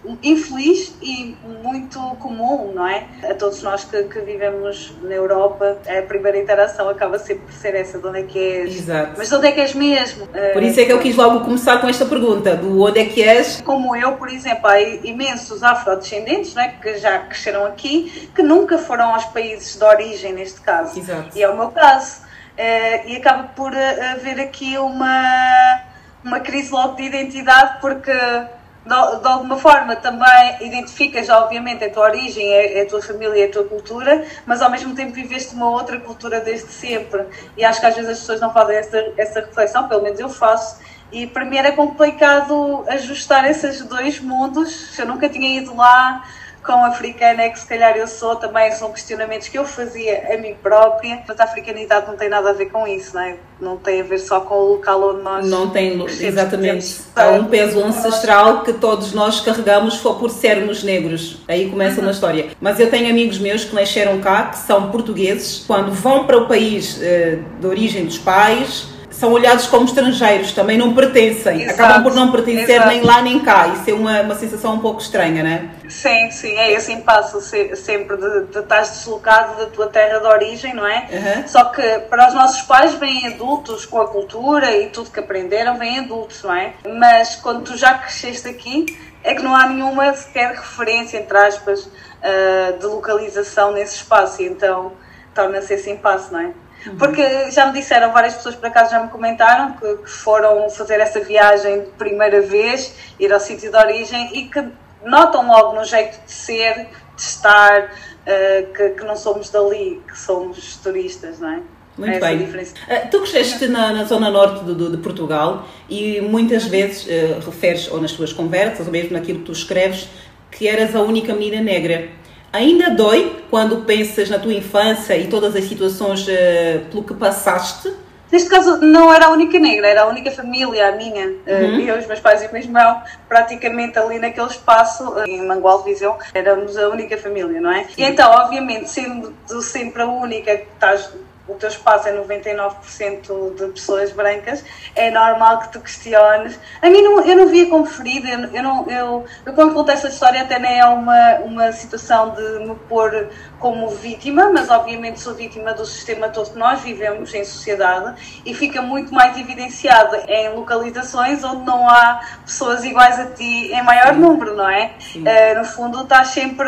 infeliz e muito comum, não é? A todos nós que, que vivemos na Europa, a primeira interação acaba sempre por ser essa, de onde é que és? Exato. Mas de onde é que és mesmo? Por isso é que eu quis logo começar com esta pergunta, do onde é que és? Como eu, por exemplo, há imensos afrodescendentes, não é? Que já cresceram aqui, que nunca foram aos países de origem, neste caso. Exato. E é o meu caso. Uh, e acaba por uh, haver aqui uma, uma crise logo de identidade, porque de, de alguma forma também identificas, obviamente, a tua origem, a, a tua família, a tua cultura, mas ao mesmo tempo viveste uma outra cultura desde sempre. E acho que às vezes as pessoas não fazem essa, essa reflexão, pelo menos eu faço. E para mim era complicado ajustar esses dois mundos, se eu nunca tinha ido lá. quão africana é que se calhar eu sou, também são questionamentos que eu fazia a mim própria, mas a africanidade não tem nada a ver com isso, não é? Não tem a ver só com o local onde nós... Não tem, exatamente. Há um peso ancestral que todos nós carregamos só por sermos negros. Aí começa uma história. Mas eu tenho amigos meus que nasceram cá, que são portugueses, quando vão para o país uh, de origem dos pais, são olhados como estrangeiros, também não pertencem, Exato. Acabam por não pertencer Exato. nem lá nem cá. Isso é uma, uma sensação um pouco estranha, não é? Sim, sim, é esse impasse sempre de, de estás deslocado da tua terra de origem, não é? Uhum. Só que para os nossos pais vêm adultos com a cultura e tudo que aprenderam, vêm adultos, não é? Mas quando tu já cresceste aqui, é que não há nenhuma sequer referência, entre aspas, uh, de localização nesse espaço, e então torna-se esse impasse, não é? Porque já me disseram, várias pessoas por acaso já me comentaram que, que foram fazer essa viagem de primeira vez, ir ao sítio de origem, e que notam logo no jeito de ser, de estar, uh, que, que não somos dali, que somos turistas, não é? Muito é bem. Diferença. Uh, tu cresceste na, na zona norte de, de, de Portugal e muitas vezes uh, referes, ou nas tuas conversas, ou mesmo naquilo que tu escreves, que eras a única menina negra. Ainda dói quando pensas na tua infância e todas as situações uh, pelo que passaste? Neste caso, não era a única negra, era a única família, a minha. Uhum. Eu, os meus pais e o meu irmão, praticamente ali naquele espaço, em Mangualde, Viseu, éramos a única família, não é? Sim. E então, obviamente, sendo sempre a única que estás... O teu espaço é noventa e nove por cento de pessoas brancas, é normal que tu questiones. A mim, não, eu não via como ferida, eu, eu, não, eu, eu quando conto essa história até nem é uma, uma situação de me pôr como vítima, mas obviamente sou vítima do sistema todo que nós vivemos em sociedade, e fica muito mais evidenciado em localizações onde não há pessoas iguais a ti em maior número, não é? Uh, no fundo, estás sempre...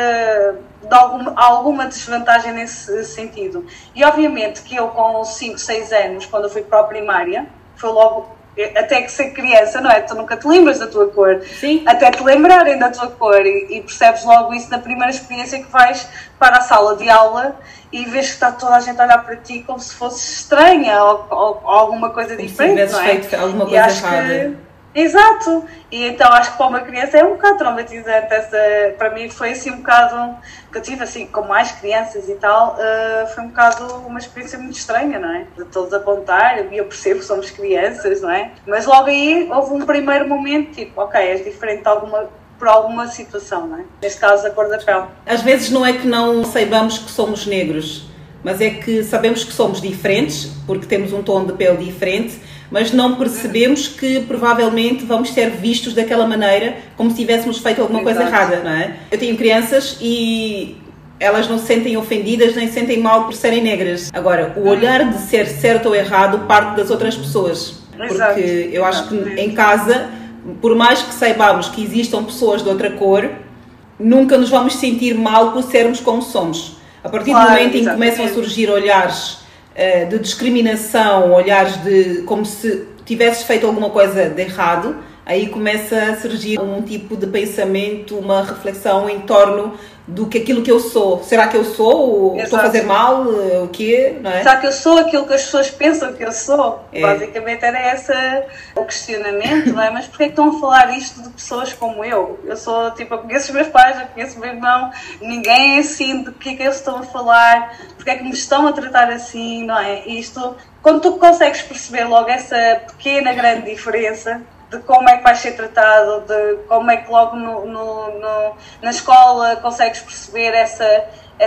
Uh, de alguma, alguma desvantagem nesse sentido. E obviamente que eu com cinco, seis anos, quando eu fui para a primária, foi logo, até que ser criança, não é? Tu nunca te lembras da tua cor. Sim. Até te lembrarem da tua cor, e, e percebes logo isso na primeira experiência que vais para a sala de aula e vês que está toda a gente a olhar para ti como se fosse estranha ou, ou, ou alguma coisa como diferente, se não é? feito alguma coisa errada. Que... Exato, e então acho que para uma criança é um bocado traumatizante. Essa, para mim foi assim um bocado, que eu tive assim com mais crianças e tal, uh, foi um bocado uma experiência muito estranha, não é? De todos apontar, e eu percebo que somos crianças, não é? Mas logo aí houve um primeiro momento, tipo, ok, és diferente de alguma, por alguma situação, não é? Neste caso a cor da pele. Às vezes não é que não saibamos que somos negros, mas é que sabemos que somos diferentes, porque temos um tom de pele diferente, mas não percebemos que provavelmente vamos ser vistos daquela maneira, como se tivéssemos feito alguma Exato. Coisa errada, não é? Eu tenho crianças e elas não se sentem ofendidas nem se sentem mal por serem negras. Agora, o olhar de ser certo ou errado parte das outras pessoas. Exato. Porque eu acho que em casa, por mais que saibamos que existam pessoas de outra cor, nunca nos vamos sentir mal por sermos como somos. A partir claro, do momento em que começam a surgir olhares de discriminação, olhares de como se tivesses feito alguma coisa de errado, aí começa a surgir um tipo de pensamento, uma reflexão em torno do que aquilo que eu sou. Será que eu sou? Exato. Estou a fazer mal? O quê? Não é? Será que eu sou aquilo que as pessoas pensam que eu sou? É. Basicamente era esse o questionamento, não é? Mas porquê é que estão a falar isto de pessoas como eu? Eu sou, tipo, eu conheço os meus pais, eu conheço o meu irmão, ninguém é assim, de que é que eles estão a falar? Porquê é que me estão a tratar assim, não é? Isto, quando tu consegues perceber logo essa pequena, grande diferença, de como é que vais ser tratado, de como é que logo no, no, no, na escola consegues perceber essa,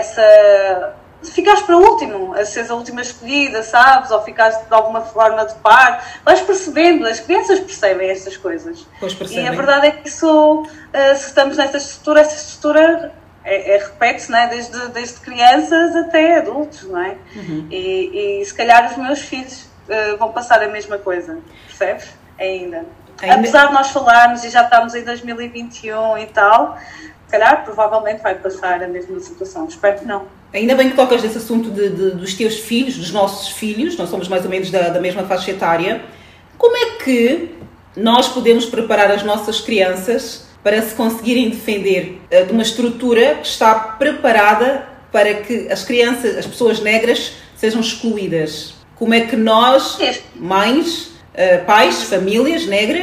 essa... Ficares para o último, a seres a última escolhida, sabes? Ou ficares de alguma forma de par, vais percebendo, as crianças percebem estas coisas. Pois percebem. E a verdade é que isso, se estamos nesta estrutura, esta estrutura é, é, repete-se, não é? desde, desde crianças até adultos, não é? Uhum. E, e se calhar os meus filhos uh, vão passar a mesma coisa, percebes? Ainda. Ainda. Apesar de nós falarmos e já estamos em dois mil e vinte e um e tal, se calhar provavelmente vai passar a mesma situação. Espero que não. Ainda bem que tocas nesse assunto de, de, dos teus filhos, dos nossos filhos, nós somos mais ou menos da, da mesma faixa etária. Como é que nós podemos preparar as nossas crianças para se conseguirem defender uh, de uma estrutura que está preparada para que as crianças, as pessoas negras, sejam excluídas? Como é que nós, mães, Uh, pais, famílias negras,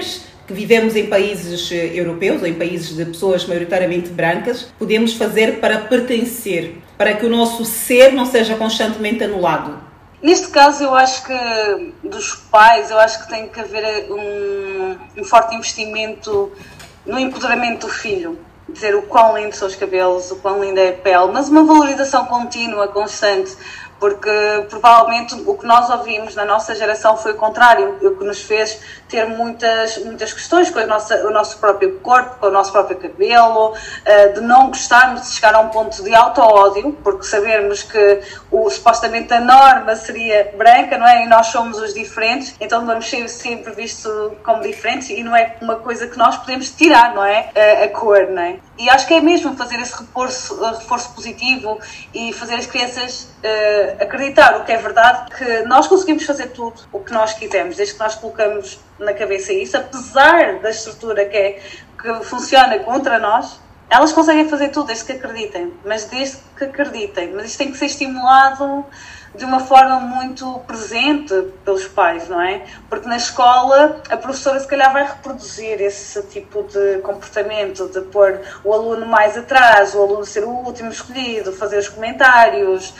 que vivemos em países europeus ou em países de pessoas maioritariamente brancas, podemos fazer para pertencer, para que o nosso ser não seja constantemente anulado? Neste caso, eu acho que dos pais, eu acho que tem que haver um, um forte investimento no empoderamento do filho. Dizer o quão lindos são os cabelos, o quão linda é a pele, mas uma valorização contínua, constante, porque provavelmente o que nós ouvimos na nossa geração foi o contrário, o que nos fez ter muitas, muitas questões com a nossa, o nosso próprio corpo, com o nosso próprio cabelo, de não gostarmos de chegar a um ponto de auto-ódio, porque sabermos que o, supostamente a norma seria branca, não é? E nós somos os diferentes, então vamos ser sempre vistos como diferentes e não é uma coisa que nós podemos tirar, não é? A, a cor, não é? E acho que é mesmo fazer esse reforço, reforço positivo e fazer as crianças uh, acreditar o que é verdade, que nós conseguimos fazer tudo o que nós quisermos, desde que nós colocamos na cabeça isso, apesar da estrutura que, é, que funciona contra nós, elas conseguem fazer tudo desde que acreditem, mas desde que acreditem. Mas isto tem que ser estimulado de uma forma muito presente pelos pais, não é? Porque na escola a professora se calhar vai reproduzir esse tipo de comportamento, de pôr o aluno mais atrás, o aluno ser o último escolhido, fazer os comentários,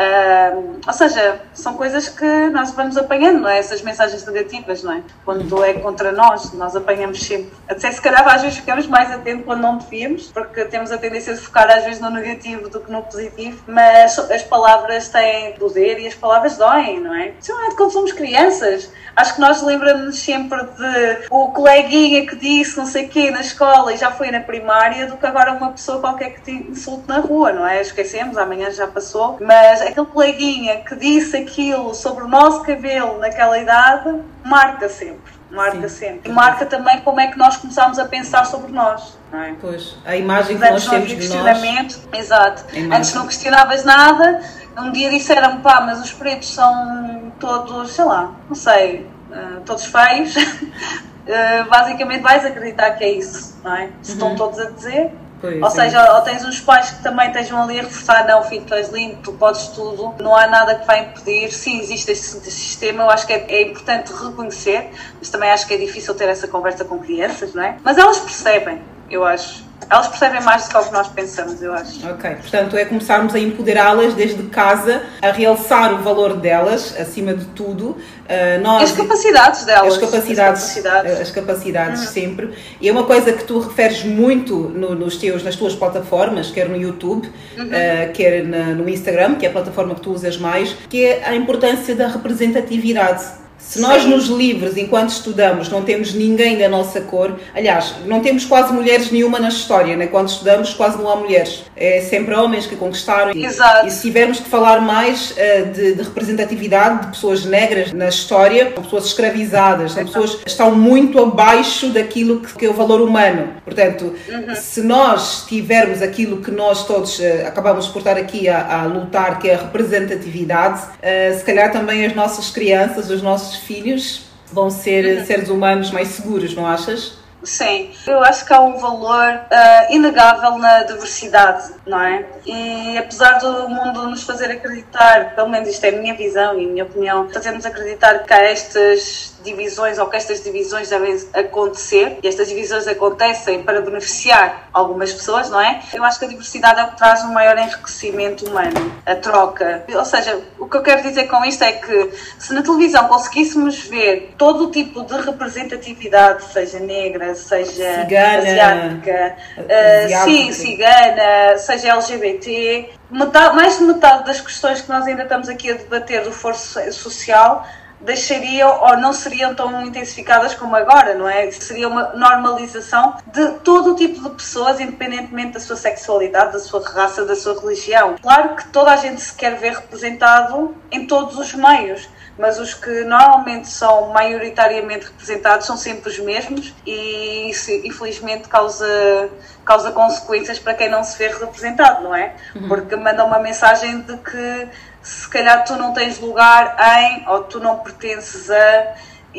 uh, ou seja, são coisas que nós vamos apanhando, não é? Essas mensagens negativas, não é? Quando é contra nós, nós apanhamos sempre. Até se calhar às vezes ficamos mais atentos quando não devíamos, porque temos a tendência de focar às vezes no negativo do que no positivo, mas as palavras têm poder e as palavras doem, não é? Principalmente quando somos crianças. Acho que nós lembramos sempre de o coleguinha que disse não sei o quê na escola e já foi na primária, do que agora uma pessoa qualquer que te insulte na rua, não é? Esquecemos, amanhã já passou, mas aquele coleguinha que disse aquilo sobre o nosso cabelo naquela idade, marca sempre. Marca Sim. sempre. E marca também como é que nós começámos a pensar sobre nós, não é? Pois, a imagem que nós temos de nós. Exato. Antes não questionavas nada, um dia disseram-me, pá, mas os pretos são todos, sei lá, não sei, uh, todos feios. uh, basicamente vais acreditar que é isso, não é? Se estão uhum. todos a dizer. Pois, ou seja, é. ou tens uns pais que também estejam ali a reforçar, não filho, tu és lindo, tu podes tudo, não há nada que vai impedir. Sim, existe este, este sistema, eu acho que é, é importante reconhecer, mas também acho que é difícil ter essa conversa com crianças, não é? Mas elas percebem, eu acho. Elas percebem mais do que o que nós pensamos, eu acho. Ok, portanto é começarmos a empoderá-las desde casa, a realçar o valor delas, acima de tudo. Uh, nós, as capacidades delas. As capacidades, as capacidades, as capacidades uhum. sempre. E é uma coisa que tu referes muito no, nos teus, nas tuas plataformas, quer no YouTube, uhum. uh, quer na, no Instagram, que é a plataforma que tu usas mais, que é a importância da representatividade. Se nós Sim. nos livros, enquanto estudamos, não temos ninguém da nossa cor, aliás, não temos quase mulheres nenhuma na história, né? Quando estudamos quase não há mulheres, é sempre homens que conquistaram. Exato. E se tivermos que falar mais uh, de, de representatividade de pessoas negras na história, são pessoas escravizadas, são pessoas que estão muito abaixo daquilo que, que é o valor humano. Portanto, uhum. se nós tivermos aquilo que nós todos uh, acabamos por estar aqui a, a lutar, que é a representatividade, uh, se calhar também as nossas crianças, os nossos filhos vão ser uhum. seres humanos mais seguros, não achas? Sim, eu acho que há um valor uh, inegável na diversidade, não é? E apesar do mundo nos fazer acreditar, pelo menos isto é a minha visão e a minha opinião, fazer-nos acreditar que há estas divisões ou que estas divisões devem acontecer, e estas divisões acontecem para beneficiar algumas pessoas, não é? Eu acho que a diversidade é o que traz um maior enriquecimento humano, a troca. Ou seja, o que eu quero dizer com isto é que se na televisão conseguíssemos ver todo o tipo de representatividade, seja negra, seja cigana, asiática, uh, sim, cigana, seja L G B T, metade, mais de metade das questões que nós ainda estamos aqui a debater do foro social deixariam ou não seriam tão intensificadas como agora, não é? Seria uma normalização de todo o tipo de pessoas, independentemente da sua sexualidade, da sua raça, da sua religião. Claro que toda a gente se quer ver representado em todos os meios, mas os que normalmente são maioritariamente representados são sempre os mesmos e isso, infelizmente, causa, causa consequências para quem não se vê representado, não é? Uhum. Porque manda uma mensagem de que se calhar tu não tens lugar em, ou tu não pertences a,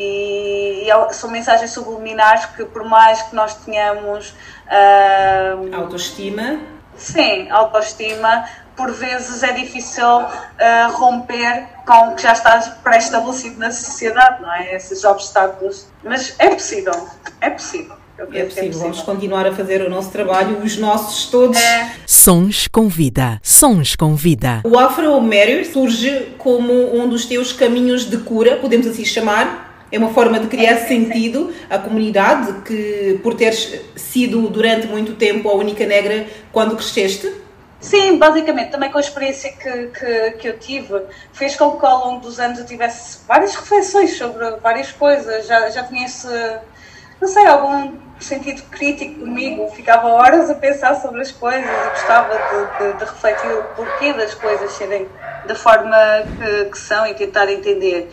e, e são mensagens subliminares que por mais que nós tenhamos uh, autoestima, Sim, autoestima. Por vezes é difícil uh, romper com o que já está pré-estabelecido na sociedade, não é? Esses obstáculos. Mas é possível, é possível. É possível. é possível, vamos continuar a fazer o nosso trabalho, os nossos todos. É. Sons com vida, sons com vida. O Afro Marrier surge como um dos teus caminhos de cura, podemos assim chamar? É uma forma de criar é, sentido à comunidade que, por teres sido durante muito tempo a única negra quando cresceste? Sim, basicamente, também com a experiência que, que, que eu tive, fez com que ao longo dos anos eu tivesse várias reflexões sobre várias coisas, já, já tinha esse, não sei, algum sentido crítico comigo, ficava horas a pensar sobre as coisas e gostava de, de, de refletir o porquê das coisas serem da forma que, que são e tentar entender.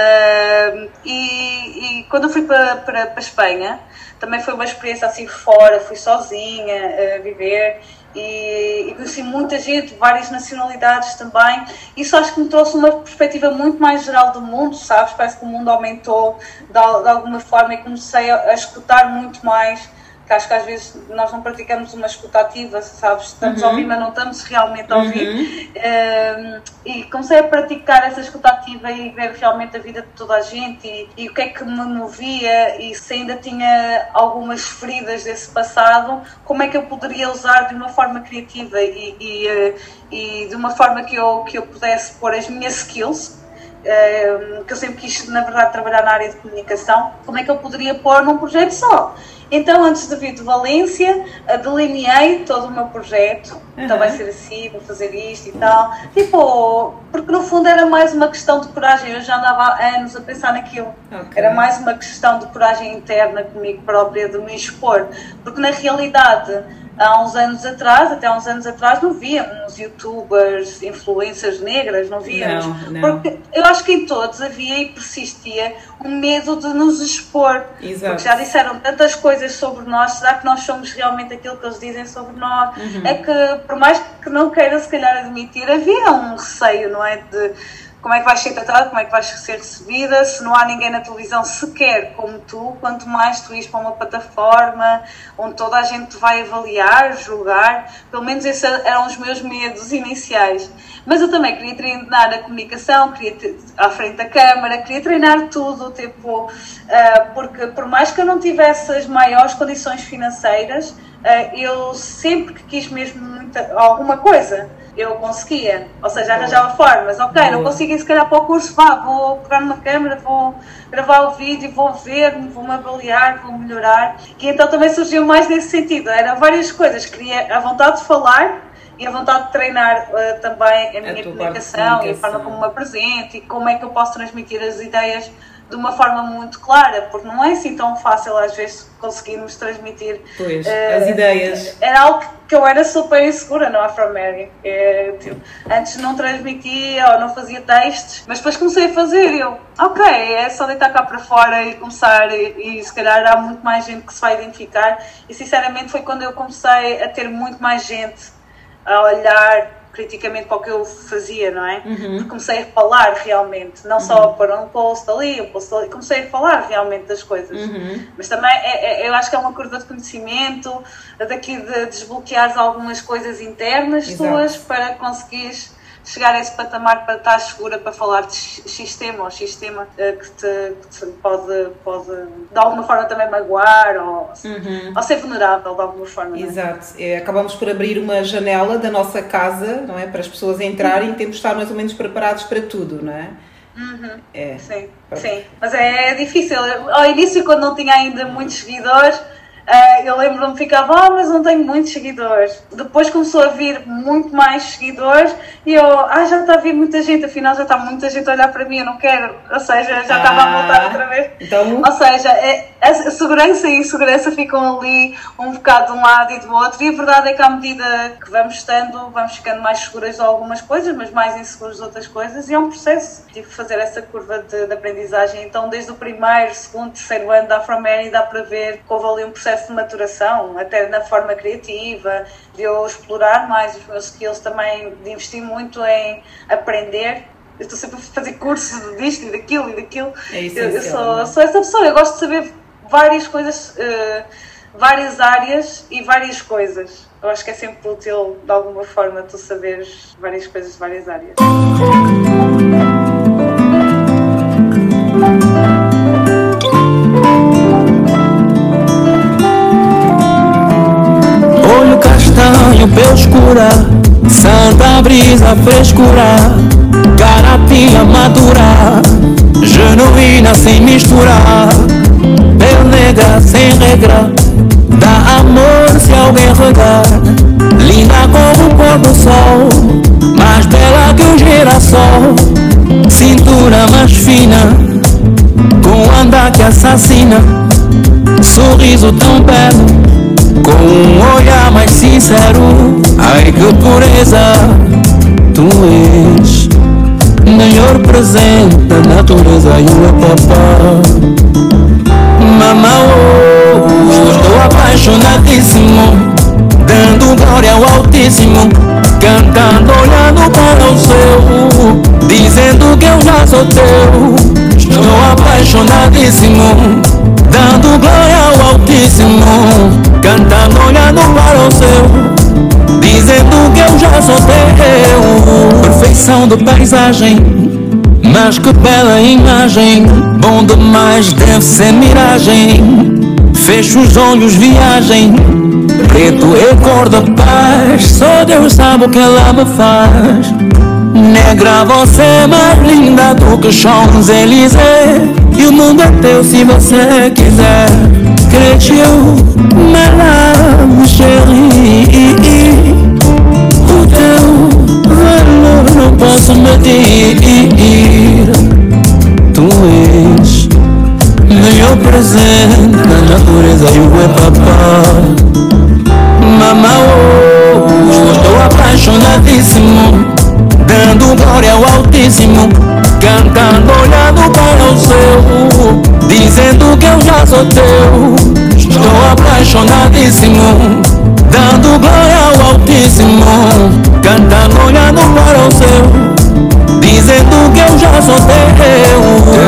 Uh, e, e quando eu fui para, para, para a Espanha, também foi uma experiência assim fora, fui sozinha a viver. E, e conheci muita gente, várias nacionalidades também. Isso acho que me trouxe uma perspectiva muito mais geral do mundo, sabes? Parece que o mundo aumentou de, de alguma forma e comecei a, a escutar muito mais. Que acho que às vezes nós não praticamos uma escuta ativa, sabes? Estamos uhum. a ouvir, mas não estamos realmente a ouvir. Uhum. Um, e comecei a praticar essa escuta ativa e ver realmente a vida de toda a gente e, e o que é que me movia e se ainda tinha algumas feridas desse passado, como é que eu poderia usar de uma forma criativa e, e, e de uma forma que eu, que eu pudesse pôr as minhas skills, um, que eu sempre quis, na verdade, trabalhar na área de comunicação, como é que eu poderia pôr num projeto só. Então, antes de vir de Valência, delineei todo o meu projeto. Uhum. Então vai ser assim, vou fazer isto e tal. Tipo, porque no fundo era mais uma questão de coragem. Eu já andava há anos a pensar naquilo. Okay. Era mais uma questão de coragem interna comigo própria, de me expor. Porque na realidade, há uns anos atrás, até há uns anos atrás, não víamos youtubers, influencers negras, não víamos. Não, não. Porque eu acho que em todos havia e persistia um medo de nos expor. Exato. Porque já disseram tantas coisas sobre nós, será que nós somos realmente aquilo que eles dizem sobre nós? Uhum. É que, por mais que não queira se calhar admitir, havia um receio, não é? De como é que vais ser tratada, como é que vais ser recebida, se não há ninguém na televisão sequer como tu, quanto mais tu ires para uma plataforma onde toda a gente te vai avaliar, julgar. Pelo menos esses eram os meus medos iniciais. Mas eu também queria treinar a comunicação, queria ter, à frente da câmara, queria treinar tudo, tipo, uh, porque por mais que eu não tivesse as maiores condições financeiras, uh, eu sempre que quis mesmo muita, alguma coisa, eu conseguia, ou seja, arranjava formas, ok, Boa. não consigo ir se calhar para o curso, vá, vou pegar numa câmera, vou gravar o vídeo, vou ver-me, vou-me avaliar, vou melhorar, e então também surgiu mais nesse sentido, eram várias coisas, queria a vontade de falar e a vontade de treinar uh, também a minha a comunicação e a forma como me apresento e como é que eu posso transmitir as ideias de uma forma muito clara, porque não é assim tão fácil às vezes conseguirmos transmitir pois, uh, as ideias. Era algo que eu era super insegura no Afro Marrier. É, tipo, antes não transmitia ou não fazia textos, mas depois comecei a fazer e eu, ok, é só deitar cá para fora e começar e, e se calhar há muito mais gente que se vai identificar e sinceramente foi quando eu comecei a ter muito mais gente a olhar criticamente para o que eu fazia, não é? Uhum. Porque comecei a falar realmente, não uhum. só para um post ali, um post ali, comecei a falar realmente das coisas. Uhum. Mas também é, é, eu acho que é uma curva de conhecimento, daqui de desbloqueares algumas coisas internas Exato. tuas para conseguires chegar a esse patamar para estar segura para falar de sistema ou sistema que te, que te pode, pode de alguma forma também magoar ou, uhum. ou ser vulnerável de alguma forma. Exato. É, acabamos por abrir uma janela da nossa casa, não é? Para as pessoas entrarem, uhum. temos de estar mais ou menos preparados para tudo, não é? Uhum. É. Sim, sim. Mas é difícil. Ao início, quando não tinha ainda muitos seguidores, Uh, eu lembro-me que ficava, ah, mas não tenho muitos seguidores. Depois começou a vir muito mais seguidores e eu, ah, já está a vir muita gente, afinal já está muita gente a olhar para mim, eu não quero. Ou seja, já ah, estava a voltar outra vez. Então... Ou seja, é, a segurança e a insegurança ficam ali um bocado de um lado e do outro e a verdade é que à medida que vamos estando, vamos ficando mais seguras de algumas coisas, mas mais inseguras de outras coisas e é um processo. Tive que fazer essa curva de, de aprendizagem. Então, desde o primeiro, segundo, terceiro ano da Afro Marrier dá para ver que houve ali um processo de maturação, até na forma criativa, de eu explorar mais os meus skills também, de investir muito em aprender. Eu estou sempre a fazer cursos disto e daquilo e daquilo. É eu, eu sou, sou essa pessoa, eu gosto de saber várias coisas, uh, várias áreas e várias coisas. Eu acho que é sempre útil, de alguma forma, tu saberes várias coisas de várias áreas. Olho castanho, pele escura, santa brisa, frescura, garapinha madura, genuína sem misturar, pele negra sem regra, dá amor se alguém regar, linda como o pôr do sol, mais bela que o girassol, cintura mais fina, com andar que assassina, sorriso tão belo, com um olhar mais sincero, ai que pureza, tu és melhor presente da natureza e o papá. Mamá, oh, estou apaixonadíssimo, dando glória ao Altíssimo, cantando, olhando para o céu, dizendo que eu já sou teu. Estou apaixonadíssimo, dando glória ao Altíssimo, cantando, olhando para o céu, dizendo que eu já sou teu. Perfeição de paisagem, mas que bela imagem, bom demais deve ser miragem. Fecho os olhos, viagem, preto é cor da paz, só Deus sabe o que ela me faz. Negra, você é mais linda do que Champs-Élysées, e o mundo é teu se você quiser. Cresceu, my love, chérie, o teu valor não posso medir. Tu és melhor presente da natureza e o é papá. Mamá, oh, estou apaixonadíssimo, dando glória ao Altíssimo, cantando, olhando para o céu, dizendo que eu já sou teu. Estou apaixonadíssimo, dando glória ao Altíssimo, cantando, olhando para o céu, dizendo que eu já sou teu.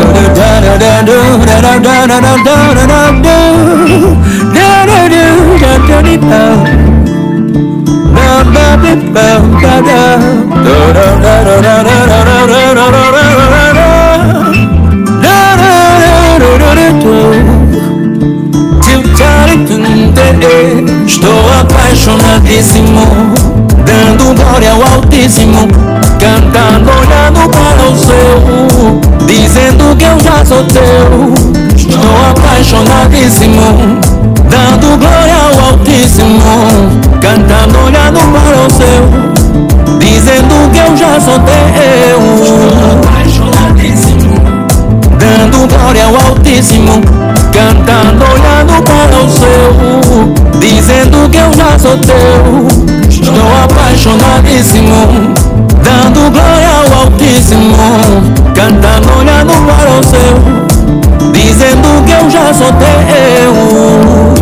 Estou apaixonadíssimo, dando glória ao Altíssimo, cantando, olhando para o céu, dizendo que eu já sou teu. Estou apaixonadíssimo, dando glória ao Altíssimo, cantando, olhando para o céu, dizendo que eu já sou teu. Estou apaixonadíssimo, dando glória ao Altíssimo, cantando, olhando para o céu, dizendo que eu já sou teu. Estou apaixonadíssimo, dando glória ao Altíssimo, cantando, olhando para o céu, dizendo que eu já sou teu.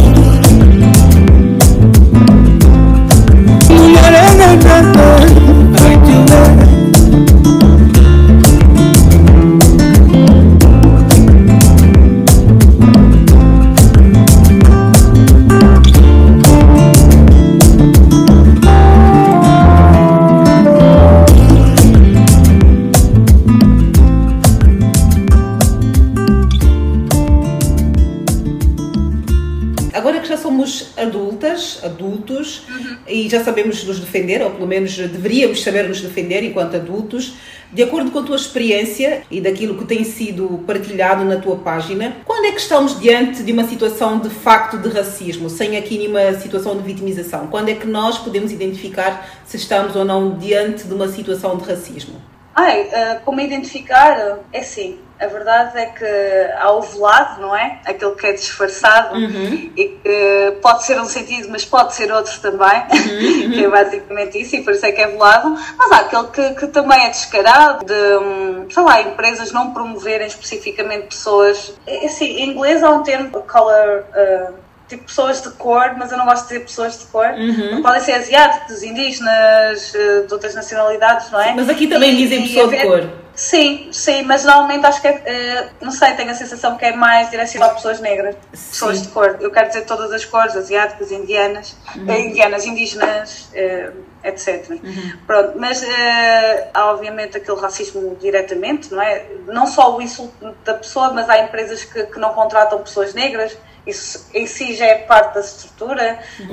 Agora que já somos adultas, adultos, uhum. e já sabemos nos defender, ou pelo menos deveríamos saber nos defender enquanto adultos, de acordo com a tua experiência e daquilo que tem sido partilhado na tua página, quando é que estamos diante de uma situação de facto de racismo, sem aqui nenhuma situação de vitimização? Quando é que nós podemos identificar se estamos ou não diante de uma situação de racismo? Ai, uh, como identificar? É sim. A verdade é que há o velado, não é? Aquele que é disfarçado, uhum. e que pode ser um sentido, mas pode ser outro também, uhum. que é basicamente isso, e por isso é que é velado. Mas há aquele que, que também é descarado, de, sei lá, empresas não promoverem especificamente pessoas. Assim, em inglês há um termo, color, uh, tipo pessoas de cor, mas eu não gosto de dizer pessoas de cor. Uhum. Podem ser asiáticos, indígenas, de outras nacionalidades, não é? Mas aqui também e, dizem pessoa de cor. Sim, sim, mas normalmente acho que é, não sei, tenho a sensação que é mais direcionado a pessoas negras, sim. pessoas de cor. Eu quero dizer todas as cores, asiáticas, indianas, uhum. indianas, indígenas, uh, etcétera. Uhum. Pronto, mas uh, há obviamente aquele racismo diretamente, não é? Não só o insulto da pessoa, mas há empresas que, que não contratam pessoas negras, isso em si já é parte da estrutura, uhum.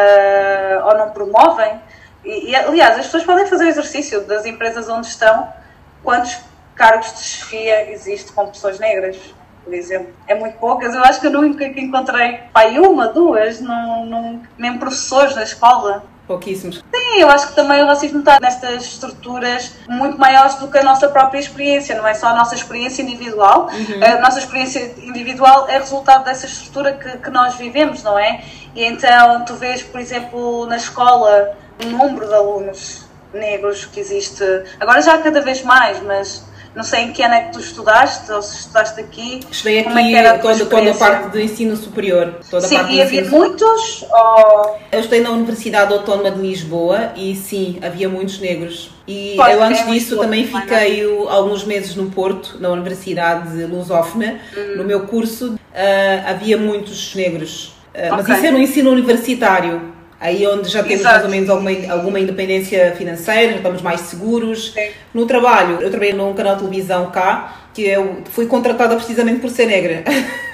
uh, ou não promovem. E, e, aliás, as pessoas podem fazer o exercício das empresas onde estão. Quantos cargos de chefia existe com pessoas negras, por exemplo? É muito poucas. Eu acho que eu nunca encontrei, pai, uma, duas, não, não, nem professores na escola. Pouquíssimos. Sim, eu acho que também o racismo está nestas estruturas muito maiores do que a nossa própria experiência, não é só a nossa experiência individual. Uhum. A nossa experiência individual é resultado dessa estrutura que, que nós vivemos, não é? E então tu vês, por exemplo, na escola, o número de alunos negros que existe, agora já há cada vez mais, mas não sei em que ano é que tu estudaste, ou se estudaste aqui. Estudei aqui como é que era a toda, toda a parte do ensino superior. Toda sim, a parte e do havia ensino... muitos? Ou... Eu estudei na Universidade Autónoma de Lisboa e sim, havia muitos negros. E Pode eu antes é disso bom, também fiquei é? alguns meses no Porto, na Universidade Lusófona. Hum. No meu curso uh, havia muitos negros, uh, okay. mas isso era um ensino universitário. Aí onde já temos Exato. mais ou menos alguma, alguma independência financeira, já estamos mais seguros. Sim. No trabalho, eu trabalhei num canal de televisão cá, que eu fui contratada precisamente por ser negra.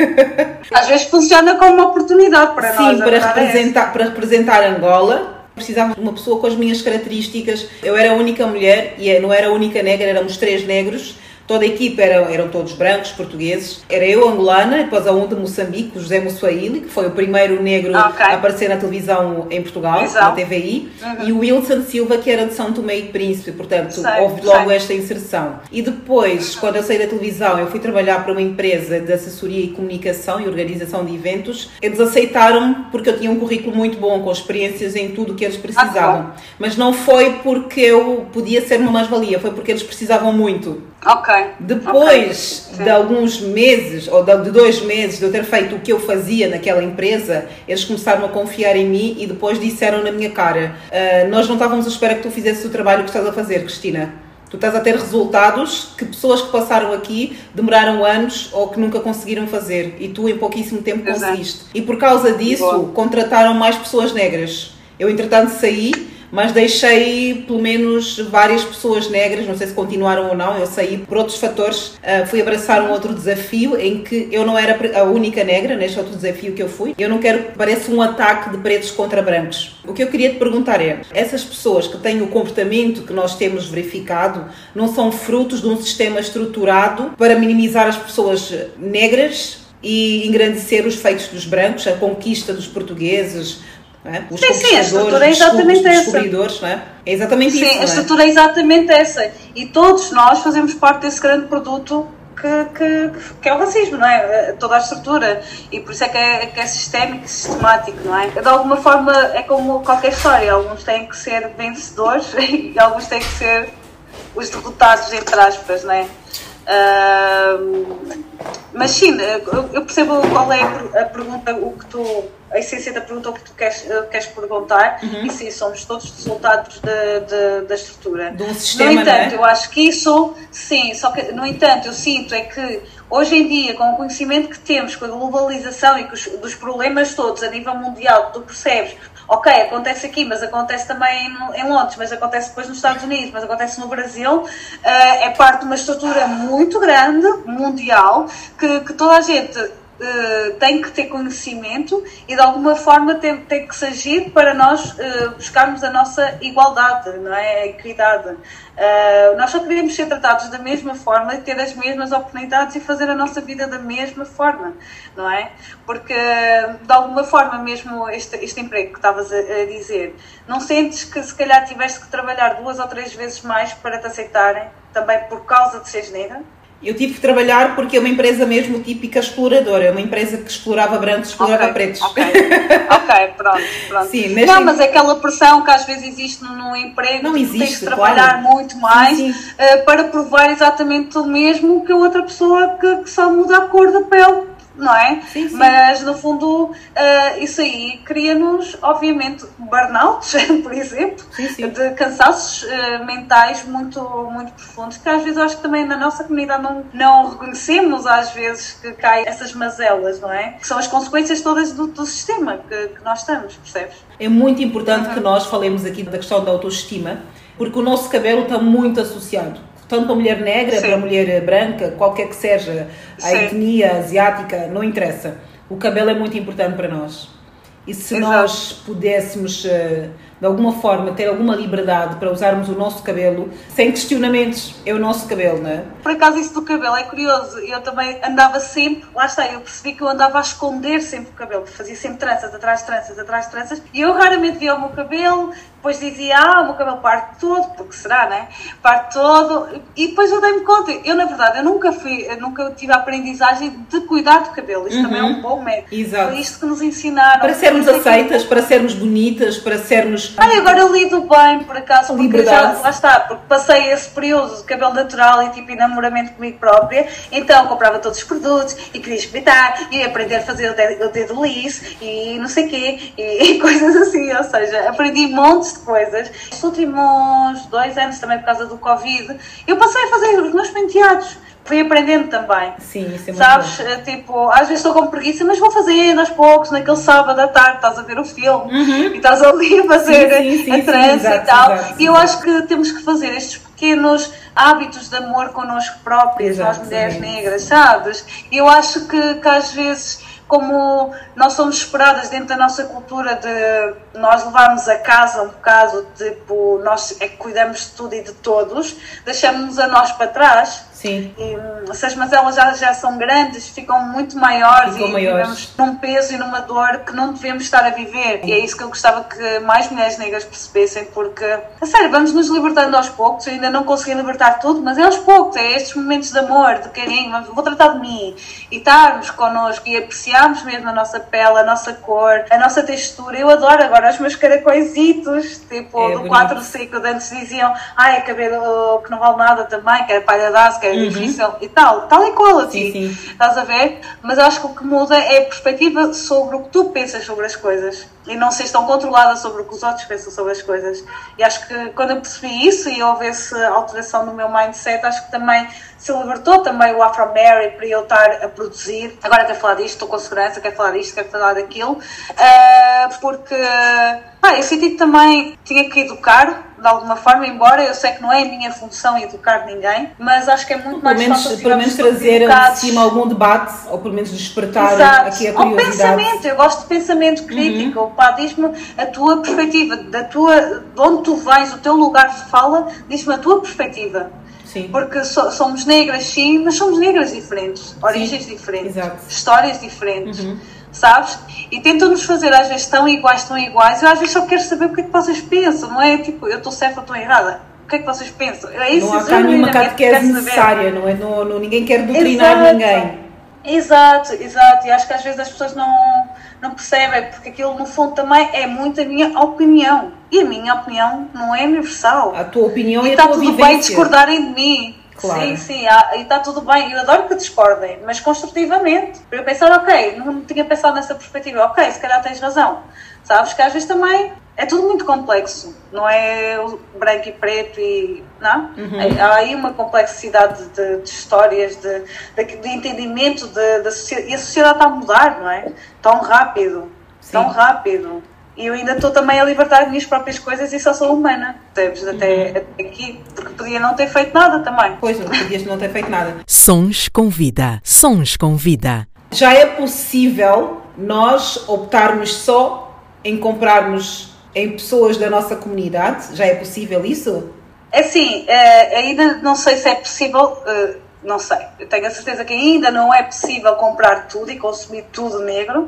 Às vezes funciona como uma oportunidade para Sim, nós. Sim, para representar, para representar Angola. Precisava de uma pessoa com as minhas características. Eu era a única mulher e não era a única negra, éramos três negros. Toda a equipa era, eram todos brancos, portugueses. Era eu, angolana, depois a um de Moçambique, o José Moçoaíli, que foi o primeiro negro okay. a aparecer na televisão em Portugal, Exato. na T V I. Uhum. E o Wilson Silva, que era de São Tomé e Príncipe, portanto, sei, houve logo sei. esta inserção. E depois, quando eu saí da televisão, eu fui trabalhar para uma empresa de assessoria e comunicação e organização de eventos. Eles aceitaram-me porque eu tinha um currículo muito bom, com experiências em tudo o que eles precisavam. Ah, Mas não foi porque eu podia ser uma mais-valia, foi porque eles precisavam muito. Ok. Depois okay. de alguns meses, ou de dois meses de eu ter feito o que eu fazia naquela empresa, eles começaram a confiar em mim e depois disseram na minha cara, uh, nós não estávamos à espera que tu fizesses o trabalho que estás a fazer, Cristina. Tu estás a ter resultados que pessoas que passaram aqui demoraram anos ou que nunca conseguiram fazer e tu em pouquíssimo tempo conseguiste. Exato. E por causa disso, Boa. contrataram mais pessoas negras. Eu, entretanto, saí, mas deixei pelo menos várias pessoas negras, não sei se continuaram ou não, eu saí por outros fatores, uh, fui abraçar um outro desafio em que eu não era a única negra neste outro desafio que eu fui. Eu não quero que pareça um ataque de pretos contra brancos. O que eu queria te perguntar é, essas pessoas que têm o comportamento que nós temos verificado não são frutos de um sistema estruturado para minimizar as pessoas negras e engrandecer os feitos dos brancos, a conquista dos portugueses, é? Os sim, sim, a estrutura é exatamente os essa. Não é? É exatamente sim, isso. Sim, a estrutura é? é exatamente essa. E todos nós fazemos parte desse grande produto que, que, que é o racismo, não é? Toda a estrutura. E por isso é que é, que é sistémico e sistemático, não é? De alguma forma é como qualquer história. Alguns têm que ser vencedores e alguns têm que ser os derrotados, entre aspas, não é? Uh, mas sim, eu percebo qual é a pergunta, o que tu, a essência da pergunta, o que tu queres, queres perguntar, uhum. e sim, somos todos resultados de, de, da estrutura. De um sistema, no entanto, não é? eu acho que isso, sim, só que, no entanto, eu sinto é que hoje em dia, com o conhecimento que temos, com a globalização e com os, dos problemas todos a nível mundial, tu percebes, ok, acontece aqui, mas acontece também em Londres, mas acontece depois nos Estados Unidos, mas acontece no Brasil, uh, é parte de uma estrutura muito grande, mundial, que, que toda a gente uh, tem que ter conhecimento e de alguma forma tem, tem que se agir para nós uh, buscarmos a nossa igualdade, não é? A equidade. Uh, nós só queremos ser tratados da mesma forma e ter as mesmas oportunidades e fazer a nossa vida da mesma forma, não é? Porque, de alguma forma, mesmo este, este emprego que estavas a, a dizer, não sentes que se calhar tiveste que trabalhar duas ou três vezes mais para te aceitarem, também por causa de seres negra? Eu tive que trabalhar porque é uma empresa mesmo típica exploradora, é uma empresa que explorava brancos, explorava okay, pretos. Ok, ok, pronto, pronto. Sim, não, tem... mas aquela pressão que às vezes existe no, no emprego, não existe, tens de trabalhar claro. muito mais sim, sim. Uh, para provar exatamente o mesmo que a outra pessoa que, que só muda a cor da pele. não é? Sim, sim. Mas, no fundo, uh, isso aí cria-nos, obviamente, burnouts, por exemplo, sim, sim. de cansaços uh, mentais muito, muito profundos, que às vezes eu acho que também na nossa comunidade não, não reconhecemos, às vezes, que caem essas mazelas, não é? Que são as consequências todas do, do sistema que, que nós estamos, percebes? É muito importante uhum. que nós falemos aqui da questão da autoestima, porque o nosso cabelo está muito associado. Tanto para a mulher negra, Sim. para a mulher branca, qualquer que seja a Sim. etnia asiática, não interessa. O cabelo é muito importante para nós. E se Exato. nós pudéssemos, de alguma forma, ter alguma liberdade para usarmos o nosso cabelo, sem questionamentos, é o nosso cabelo, não é? Por acaso isso do cabelo é curioso. Eu também andava sempre, lá está, eu percebi que eu andava a esconder sempre o cabelo, fazia sempre tranças, atrás de tranças, atrás de tranças, e eu raramente via o meu cabelo. Depois dizia, ah, o meu cabelo parte todo, porque será, né? Parte todo. E depois eu dei-me conta. Eu, na verdade, eu nunca fui, eu nunca tive a aprendizagem de cuidar do cabelo. Isto uhum. também é um bom método. Exato. Foi isto que nos ensinaram. Para sermos aceitas, que... para sermos bonitas, para sermos... Ai, agora eu lido bem, por acaso, porque já, lá está, porque passei esse período de cabelo natural e tipo enamoramento comigo própria, então comprava todos os produtos e queria experimentar e aprender a fazer o dedo, o dedo liso e não sei o quê, e, e coisas assim, ou seja, aprendi montes de coisas. Nos últimos dois anos também por causa do Covid, eu passei a fazer os meus penteados. Fui aprendendo também. Sim, isso é muito Sabes, bom. tipo, às vezes estou com preguiça, mas vou fazendo aos poucos, naquele sábado à tarde, estás a ver o filme uhum. e estás ali a fazer sim, sim, sim, a trança sim, exato, e tal. exato, e eu acho que temos que fazer estes pequenos hábitos de amor connosco próprios, nós mulheres negras, sabes? E eu acho que, que às vezes, como nós somos esperadas dentro da nossa cultura de nós levarmos a casa um bocado, tipo, nós é que cuidamos de tudo e de todos, deixamos-nos a nós para trás. Sim. E se as mazelas já, já são grandes, ficam muito maiores ficam e maiores. vivemos num peso e numa dor que não devemos estar a viver. E é isso que eu gostava que mais mulheres negras percebessem, porque, a sério, vamos nos libertando aos poucos. Eu ainda não consegui libertar tudo, mas é aos poucos, é estes momentos de amor, de carinho, vou tratar de mim e estarmos connosco e apreciarmos mesmo a nossa pele, a nossa cor, a nossa textura. Eu adoro agora os meus caracóisitos, tipo, é do bonito. quatro seco, de antes diziam, ai, é cabelo que não vale nada também, que é palhaço, que é Uhum. difícil e tal, tal e qual assim, sim, sim. estás a ver? Mas acho que o que muda é a perspectiva sobre o que tu pensas sobre as coisas e não seres tão controlada sobre o que os outros pensam sobre as coisas. E acho que quando eu percebi isso e houve essa alteração no meu mindset, acho que também se libertou também o Afro Mary para eu estar a produzir. Agora quero falar disto, estou com segurança, quero falar disto, quero falar daquilo, uh, porque ah, eu senti que também tinha que educar de alguma forma, embora eu sei que não é a minha função educar ninguém, mas acho que é muito mais pelo menos, fácil pelo menos trazer de cima algum debate, ou pelo menos despertar Exato. aqui a curiosidade. curiosidade. Ou pensamento, eu gosto de pensamento crítico, uhum. Pá, diz-me a tua perspectiva, da tua, de onde tu vens, o teu lugar de fala, diz-me a tua perspectiva. Sim. Porque so, somos negras sim, mas somos negras diferentes, origens sim. diferentes, Exato. Histórias diferentes. Uhum. Sabes? E tentam-nos fazer às vezes tão iguais, tão iguais. Eu às vezes só quero saber o que é que vocês pensam, não é? Tipo, eu estou certa ou estou errada. O que é que vocês pensam? É isso, não há cá nenhuma catequese necessária, não é? Não, não, ninguém quer doutrinar exato. ninguém. Exato, exato. E acho que às vezes as pessoas não, não percebem, porque aquilo no fundo também é muito a minha opinião. E a minha opinião não é universal. A tua opinião e é a tua vivência. E está tudo bem discordarem de mim. Claro. Sim, sim, há, e está tudo bem. Eu adoro que discordem, mas construtivamente. Para eu pensar, ok, não tinha pensado nessa perspectiva. Ok, se calhar tens razão. Sabes que às vezes também é tudo muito complexo. Não é branco e preto e... Não? Uhum. Há aí uma complexidade de, de histórias, de, de, de entendimento da sociedade. E a sociedade está a mudar, não é? Tão rápido. Sim. Tão rápido. E eu ainda estou também a libertar as minhas próprias coisas e só sou humana, sabes? Até, uhum. até aqui, porque podia não ter feito nada também. Pois, não podias não ter feito nada. Sons com vida, sons com vida. Já é possível nós optarmos só em comprarmos em pessoas da nossa comunidade? Já é possível isso? É assim, uh, ainda não sei se é possível... Uh, Não sei, eu tenho a certeza que ainda não é possível comprar tudo e consumir tudo negro,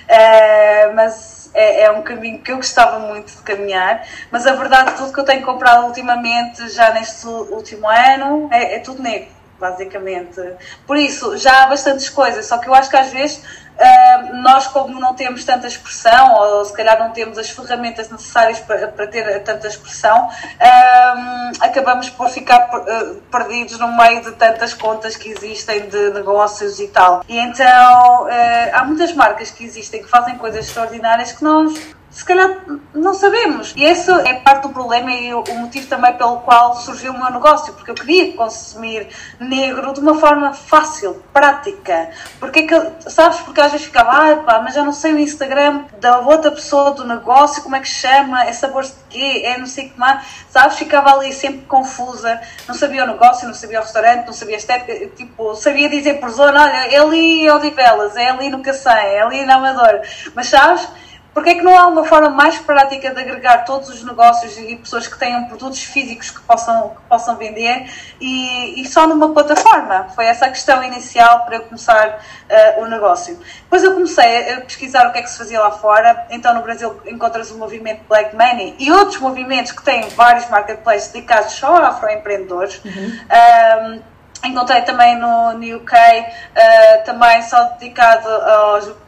uh, mas é, é um caminho que eu gostava muito de caminhar, mas a verdade, tudo que eu tenho comprado ultimamente, já neste último ano, é, é tudo negro, basicamente. Por isso, já há bastantes coisas, só que eu acho que às vezes Uh, nós, como não temos tanta expressão, ou se calhar não temos as ferramentas necessárias para, para ter tanta expressão, uh, acabamos por ficar uh, perdidos no meio de tantas contas que existem de negócios e tal. E então, uh, há muitas marcas que existem que fazem coisas extraordinárias que nós, se calhar, não sabemos. E isso é parte do problema e o motivo também pelo qual surgiu o meu negócio, porque eu queria consumir negro de uma forma fácil, prática. Porque é que, sabes, porque às vezes ficava, ah, pá, mas eu não sei o Instagram da outra pessoa do negócio, como é que chama, é sabores de quê, é não sei o que mais, sabes, ficava ali sempre confusa, não sabia o negócio, não sabia o restaurante, não sabia a estética, tipo, sabia dizer por zona, olha, é ali em Odivelas, é ali no Cacém, é ali na Amadora, mas sabes, porque é que não há uma forma mais prática de agregar todos os negócios e pessoas que tenham produtos físicos que possam, que possam vender e, e só numa plataforma? Foi essa a questão inicial para eu começar uh, o negócio. Depois eu comecei a pesquisar o que é que se fazia lá fora. Então no Brasil encontras o movimento Black Money e outros movimentos que têm vários marketplaces dedicados só a afroempreendedores. Uhum. Um, Encontrei também no, no U K, uh, também só dedicado aos... Uh,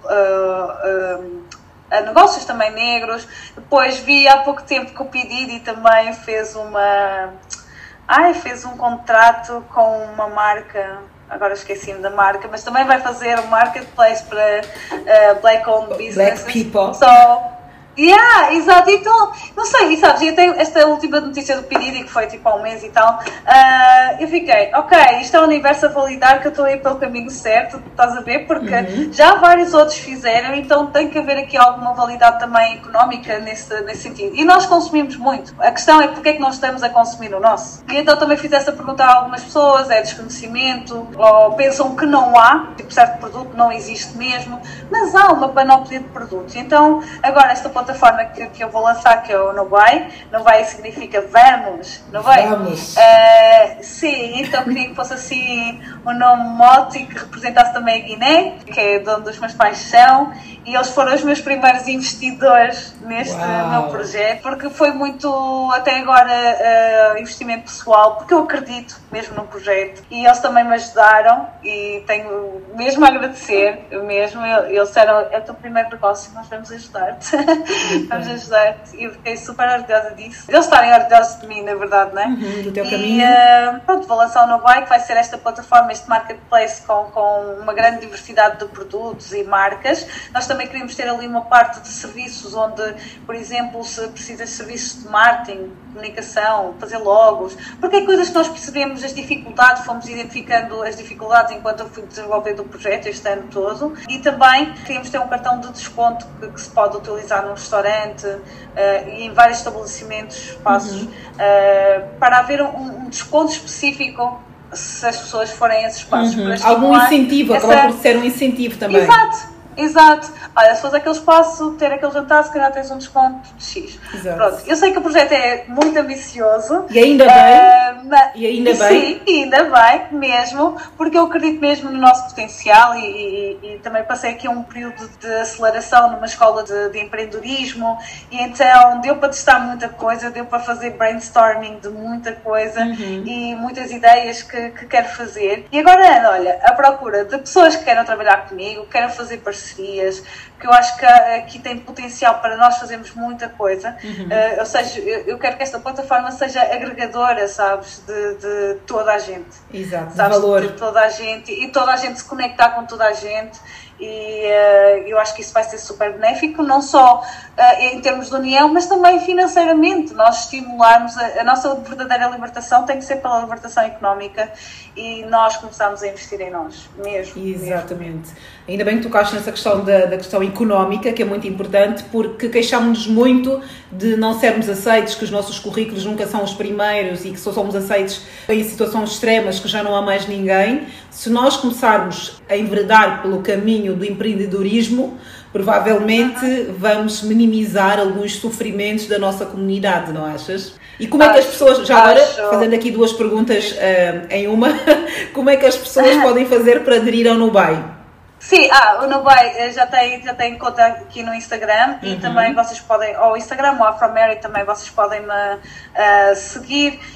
uh, a negócios também negros. Depois vi há pouco tempo que o P. Diddy também fez uma ai, fez um contrato com uma marca, agora esqueci-me da marca, mas também vai fazer um marketplace para uh, black owned businesses. Black people. So, yeah, exato, então, não sei, e sabes, e até esta última notícia do P. Diddy, que foi tipo há um mês e tal, uh, eu fiquei, ok, isto é o universo a validar que eu estou a ir pelo caminho certo, estás a ver, porque uhum. já vários outros fizeram, então tem que haver aqui alguma validade também económica nesse, nesse sentido. E nós consumimos muito, a questão é porque é que nós estamos a consumir o nosso. E então também fiz essa pergunta a algumas pessoas, é desconhecimento, ou pensam que não há, tipo certo produto não existe mesmo, mas há uma panóplia de produtos. Então, agora esta plataforma que, que eu vou lançar, que é o Nobai. Nobai significa vamos, não vai? Vamos. Uh, sim, então queria que fosse assim um nome mote e que representasse também a Guiné, que é de onde os meus pais são, e eles foram os meus primeiros investidores neste Uau. meu projeto, porque foi muito, até agora, uh, investimento pessoal, porque eu acredito mesmo no projeto, e eles também me ajudaram, e tenho mesmo a agradecer, mesmo, eles disseram, é o teu primeiro negócio, nós vamos ajudar-te. Vamos ajudar-te. E eu fiquei super orgulhosa disso. Eles estarem orgulhosos de mim, na verdade, não é? Uhum, do teu e, caminho. Uh, pronto, vou lançar o Nobai, que vai ser esta plataforma, este marketplace com, com uma grande diversidade de produtos e marcas. Nós também queremos ter ali uma parte de serviços, onde, por exemplo, se precisas de serviços de marketing, comunicação, fazer logos, porque é coisas que nós percebemos as dificuldades, fomos identificando as dificuldades enquanto eu fui desenvolvendo o projeto este ano todo, e também queremos ter um cartão de desconto que, que se pode utilizar num restaurante uh, e em vários estabelecimentos, espaços, uhum. uh, para haver um, um desconto específico se as pessoas forem a esses espaços. Uhum. Algum incentivo, essa... acaba por ser um incentivo também. Exato. Exato. Olha, se fores aquele espaço, ter aquele jantar, se calhar tens um desconto de X. Exato. Pronto. Eu sei que o projeto é muito ambicioso. E ainda bem. Uh, mas, e ainda sim, bem. Sim, ainda bem, mesmo, porque eu acredito mesmo no nosso potencial e, e, e também passei aqui um período de aceleração numa escola de, de empreendedorismo e então deu para testar muita coisa, deu para fazer brainstorming de muita coisa uhum. e muitas ideias que, que quero fazer. E agora, olha, à procura de pessoas que queiram trabalhar comigo, que queiram fazer parcerias, que eu acho que aqui tem potencial para nós fazermos muita coisa. Uhum. Uh, ou seja, eu, eu quero que esta plataforma seja agregadora, sabes, de, de toda a gente. Exato, sabes, valor. De toda a gente e toda a gente se conectar com toda a gente. E uh, eu acho que isso vai ser super benéfico, não só uh, em termos de união, mas também financeiramente. Nós estimularmos a, a nossa verdadeira libertação tem que ser pela libertação económica e nós começarmos a investir em nós mesmo. Exatamente. Mesmo. Ainda bem que tocaste nessa questão da, da questão económica, que é muito importante, porque queixámos-nos muito de não sermos aceitos, que os nossos currículos nunca são os primeiros e que só somos aceitos em situações extremas, que já não há mais ninguém. Se nós começarmos a enveredar pelo caminho do empreendedorismo, provavelmente vamos minimizar alguns sofrimentos da nossa comunidade, não achas? E como é que as pessoas, já agora, fazendo aqui duas perguntas uh, em uma, como é que as pessoas podem fazer para aderir ao Nobai? Sim, ah, o Nobai já tem, já tem conta aqui no Instagram uhum. e também vocês podem, ou Instagram ou Afromary também vocês podem me uh, seguir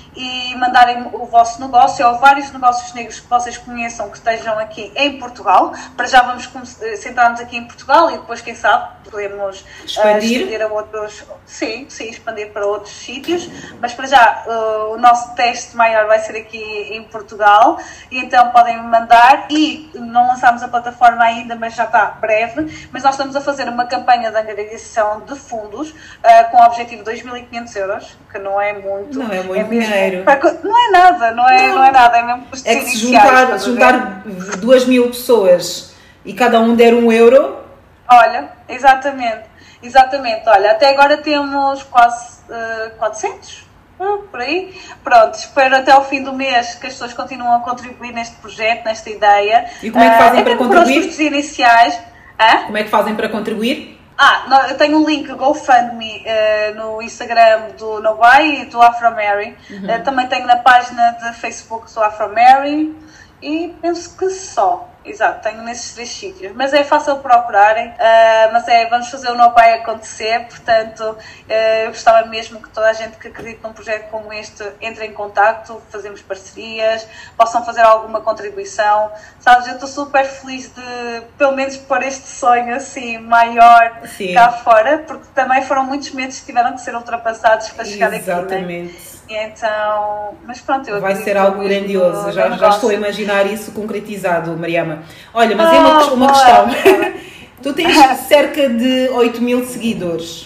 e mandarem o vosso negócio ou vários negócios negros que vocês conheçam que estejam aqui em Portugal. Para já vamos sentar-nos aqui em Portugal e depois, quem sabe, podemos expandir, uh, estender a outros, sim, sim, expandir para outros sítios, mas para já uh, o nosso teste maior vai ser aqui em Portugal, e então podem mandar, e não lançámos a plataforma ainda, mas já está breve, mas nós estamos a fazer uma campanha de angariação de fundos uh, com o objetivo de dois mil e quinhentos euros, que não é muito. Não é muito é mesmo, dinheiro. Para, não é nada, não é, não. não é nada, é mesmo custos é que se iniciais, juntar, juntar duas mil pessoas e cada um der um euro. Olha, exatamente, exatamente, olha, até agora temos quase uh, quatrocentos, uh, por aí, pronto, espero até ao fim do mês que as pessoas continuem a contribuir neste projeto, nesta ideia. E como é que fazem uh, para é contribuir? Para os custos iniciais. Hã? Como é que fazem para contribuir? Ah, eu tenho um link GoFundMe uh, no Instagram do Nobai e do Afromary. Uhum. Uh, também tenho na página de Facebook do Afromary e penso que só. Exato, tenho nesses três sítios. Mas é fácil procurarem, uh, mas é, vamos fazer o Nobai acontecer, portanto, uh, eu gostava mesmo que toda a gente que acredita num projeto como este entre em contacto, fazemos parcerias, possam fazer alguma contribuição. Sabes, eu estou super feliz de, pelo menos, pôr este sonho assim, maior, sim, cá fora, porque também foram muitos medos que tiveram que ser ultrapassados para chegar aqui. Exatamente. Né? Então, mas pronto, eu vai ser algo grandioso, no, já, no já estou a imaginar isso concretizado, Mariama. Olha, mas oh, é uma, uma questão. Tu tens cerca de oito mil seguidores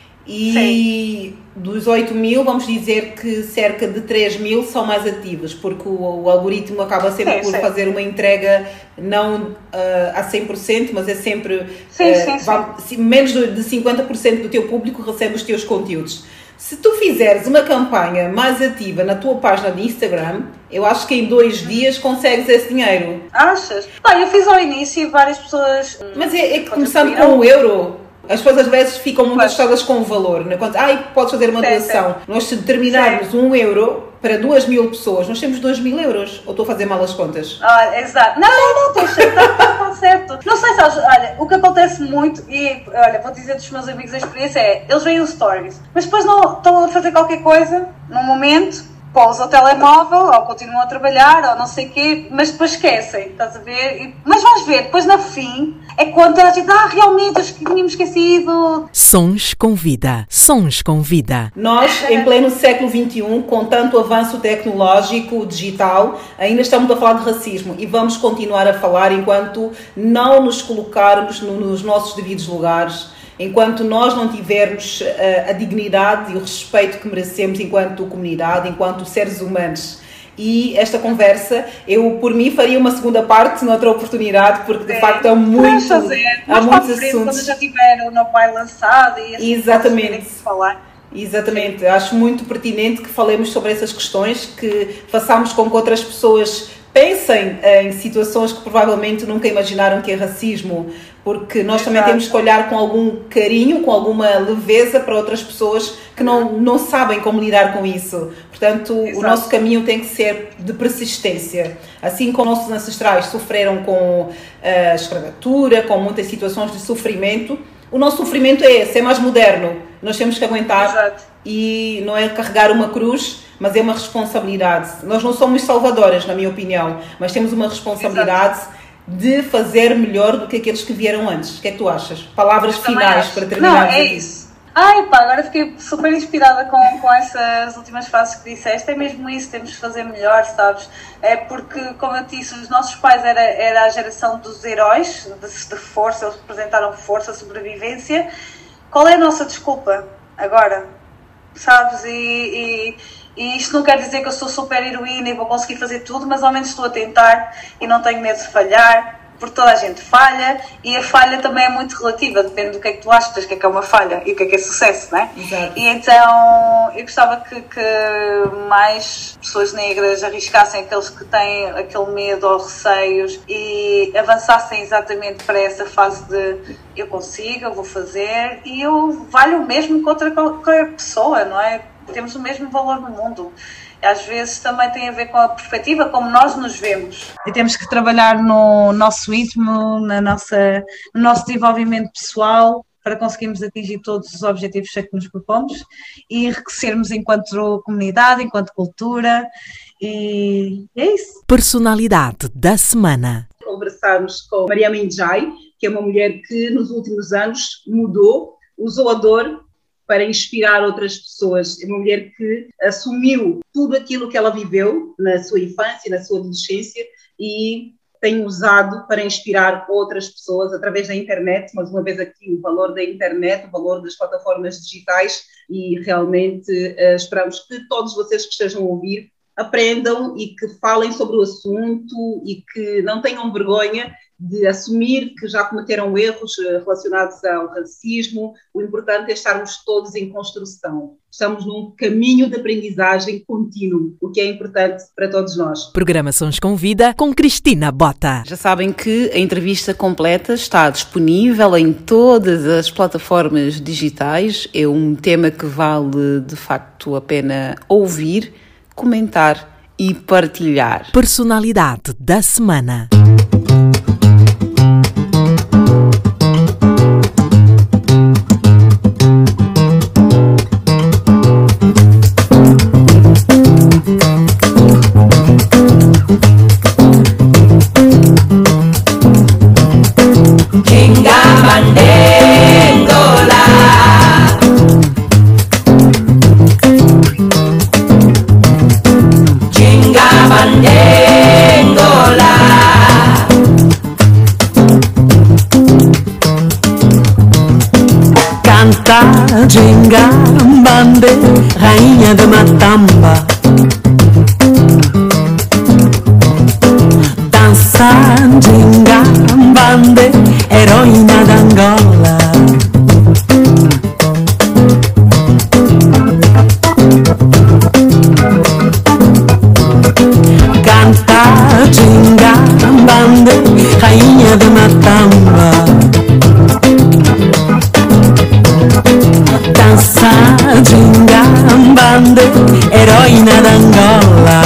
e sim, dos oito mil, vamos dizer que cerca de três mil são mais ativos, porque o, o algoritmo acaba sempre sim, por sim. fazer uma entrega não uh, a cem por cento, mas é sempre sim, uh, sim, vai, sim. menos de cinquenta por cento do teu público recebe os teus conteúdos. Se tu fizeres uma campanha mais ativa na tua página de Instagram, eu acho que em dois dias consegues esse dinheiro. Achas? Pá, eu fiz ao início e várias pessoas... Mas é, é que começando com o euro, as pessoas às vezes ficam muito assustadas com o valor. Né? Quando, ai, podes fazer uma doação. Nós se determinarmos um euro para duas mil pessoas, nós temos dois mil euros. Ou estou a fazer mal as contas? Ah, exato. Não, não, não, estou está certo. Não sei se, olha, o que acontece muito, e olha, vou dizer dos meus amigos a experiência é, eles veem os stories, mas depois não estão a fazer qualquer coisa, num momento, pousam o telemóvel, ou continuam a trabalhar, ou não sei o quê, mas depois esquecem, estás a ver? E, mas vais ver, depois na fim, é quando a gente, ah, realmente, acho que tínhamos esquecido. Sons com vida, sons com vida. Nós, em pleno século vinte e um, com tanto avanço tecnológico, digital, ainda estamos a falar de racismo e vamos continuar a falar enquanto não nos colocarmos no, nos nossos devidos lugares, enquanto nós não tivermos uh, a dignidade e o respeito que merecemos enquanto comunidade, enquanto seres humanos. E esta conversa, eu por mim faria uma segunda parte noutra oportunidade, porque de é, facto há muito, fazer. há muitos assuntos. Quando já tiver o Nobai lançado e assim exatamente. Falar. Exatamente, sim. Acho muito pertinente que falemos sobre essas questões, que façamos com que outras pessoas pensem em situações que provavelmente nunca imaginaram que é racismo, porque nós também temos que olhar com algum carinho, com alguma leveza para outras pessoas que não, não sabem como lidar com isso. Portanto, exato, o nosso caminho tem que ser de persistência. Assim como nossos ancestrais sofreram com a escravatura, com muitas situações de sofrimento, o nosso sofrimento é esse, é mais moderno. Nós temos que aguentar, exato, e não é carregar uma cruz, mas é uma responsabilidade. Nós não somos salvadoras, na minha opinião, mas temos uma responsabilidade, exato, de fazer melhor do que aqueles que vieram antes. O que é que tu achas? Palavras finais para terminar. Não, é aqui. Isso. Ai pá, agora fiquei super inspirada com, com essas últimas frases que disseste. É mesmo isso, temos de fazer melhor, sabes? É porque, como eu disse, os nossos pais era, era a geração dos heróis, de, de força, eles representaram força, sobrevivência. Qual é a nossa desculpa agora? Sabes? E... e E isto não quer dizer que eu sou super heroína e vou conseguir fazer tudo, mas ao menos estou a tentar e não tenho medo de falhar, porque toda a gente falha e a falha também é muito relativa, depende do que é que tu achas que é que é uma falha e o que é que é sucesso, não é? Exato. E então eu gostava que, que mais pessoas negras arriscassem, aqueles que têm aquele medo ou receios, e avançassem exatamente para essa fase de eu consigo, eu vou fazer e eu valho o mesmo que outra qualquer pessoa, não é? Temos o mesmo valor no mundo. Às vezes também tem a ver com a perspectiva como nós nos vemos. E temos que trabalhar no nosso íntimo, na nossa, no nosso desenvolvimento pessoal para conseguirmos atingir todos os objetivos que nos propomos e enriquecermos enquanto comunidade, enquanto cultura, e é isso. Personalidade da semana. Conversamos com Mariama Njai, que é uma mulher que nos últimos anos mudou, usou a dor para inspirar outras pessoas. É uma mulher que assumiu tudo aquilo que ela viveu na sua infância, na sua adolescência e tem usado para inspirar outras pessoas através da internet. Mais uma vez aqui o valor da internet, o valor das plataformas digitais, e realmente uh, esperamos que todos vocês que estejam a ouvir aprendam e que falem sobre o assunto e que não tenham vergonha de assumir que já cometeram erros relacionados ao racismo. O importante é estarmos todos em construção. Estamos num caminho de aprendizagem contínuo, o que é importante para todos nós. Programa Sons com Vida com Cristina Bota. Já sabem que a entrevista completa está disponível em todas as plataformas digitais. É um tema que vale de facto a pena ouvir, comentar e partilhar. Personalidade da semana. Jenga Mbande, rainha de Matamba. Dança Jenga Mbande, heroína de Angola. Canta Jenga Mbande, rainha de Matamba. Dança Jenga Mbande, heroína de Angola.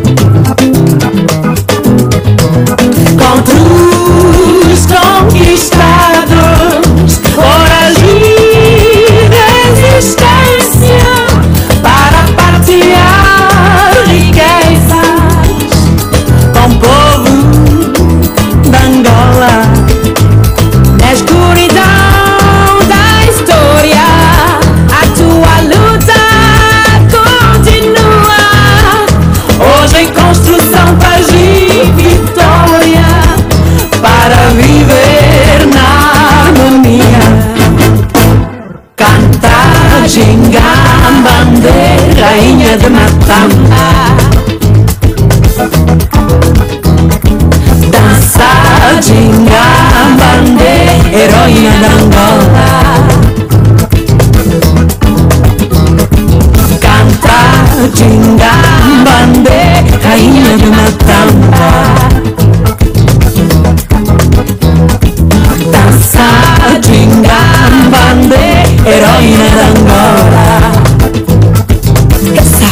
Contra os conquistados, foragir resistência para partilhar riquezas com o povo de Angola. Na escuridão da história, a tua luta continua. Hoje em construção, paz e vitória, para viver na harmonia. Canta Jenga Mbande, rainha de Matamba. Dança Jenga Mbande, heroína de Angola. Canta Jenga Mbande, rainha de Matamba. Dança Jenga Mbande, heroína de Angola. Essa.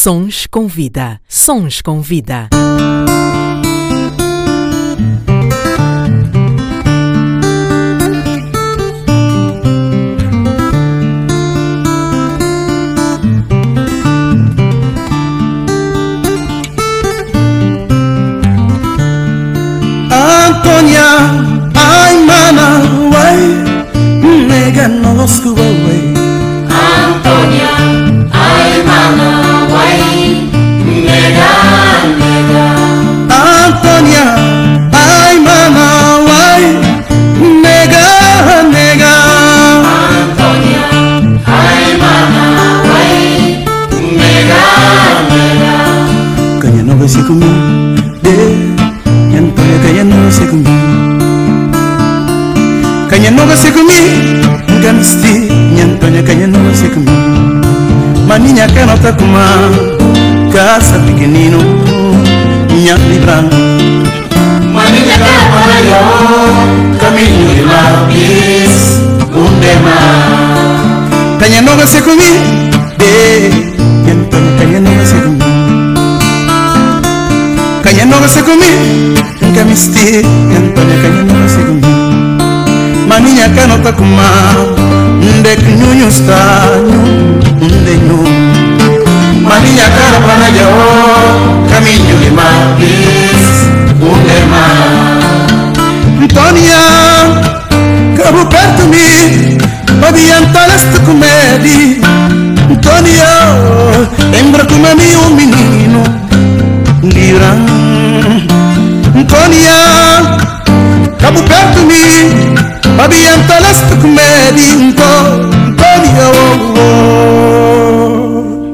Sons com Vida. Sons com Vida. Antonia, ai mana, wai, nega nosco away. Antonia, ai mana, wai, nega, nega. Antonia, ai mana, wai, nega, nega. Antonia, ai mana, wai, nega, nega. Canha não vai ser comigo, de Antonia, canha não vai ser comigo. Canha não vai ser comigo, Gamsti, Antonia, canha não vai ser comigo. Maninha que não tá com uma casa pequenino, minha libra. Maninha que para eu, caminho de lápis, um demar. Canha não vai ser comigo, de Antonia, canha não vai ser comigo. Canha não vai ser comigo, Gamsti, Antonia, canha não vai ser comigo. Maninha que não tá com uma Nde kinyunyu stanyu, nde nyu. Maninha cara para eu, caminho de lápis, um demar. Antonia, cabo perto mi, pavianta leste comedi. Antonia, lembra como é meu menino, Lira. Antonia, cabo perto mi, pavianta leste comedi. Antonia, oh, oh.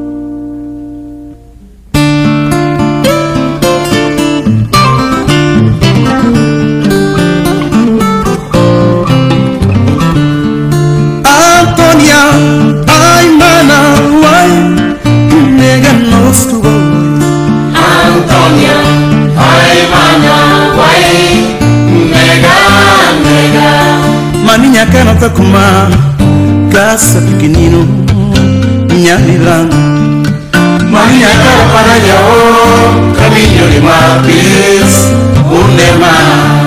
Antonia, ai mana, wai, nega nostro. Antonia, ai mana, wai, nega, nega. Maninha que não tá com uma casa pequenino, minha libra. Maninha cara para eu, caminho de lápis, um demar.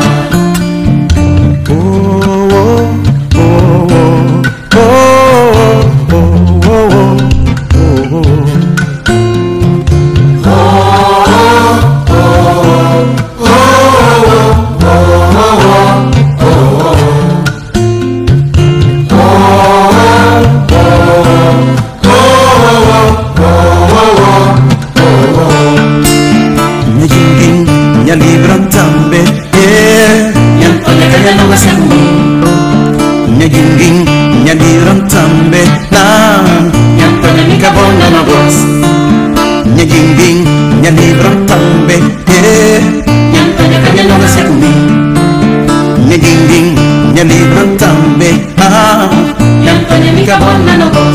Minha libra também, yeah. Antonia canha não vai ser comigo. Minha guinguim, minha libra também, na. Antonia mica bona na voz. Minha guinguim, minha libra também, yeah. Antonia canha não vai ser comigo. Minha guinguim, minha libra também, ah. Antonia mica bona na voz.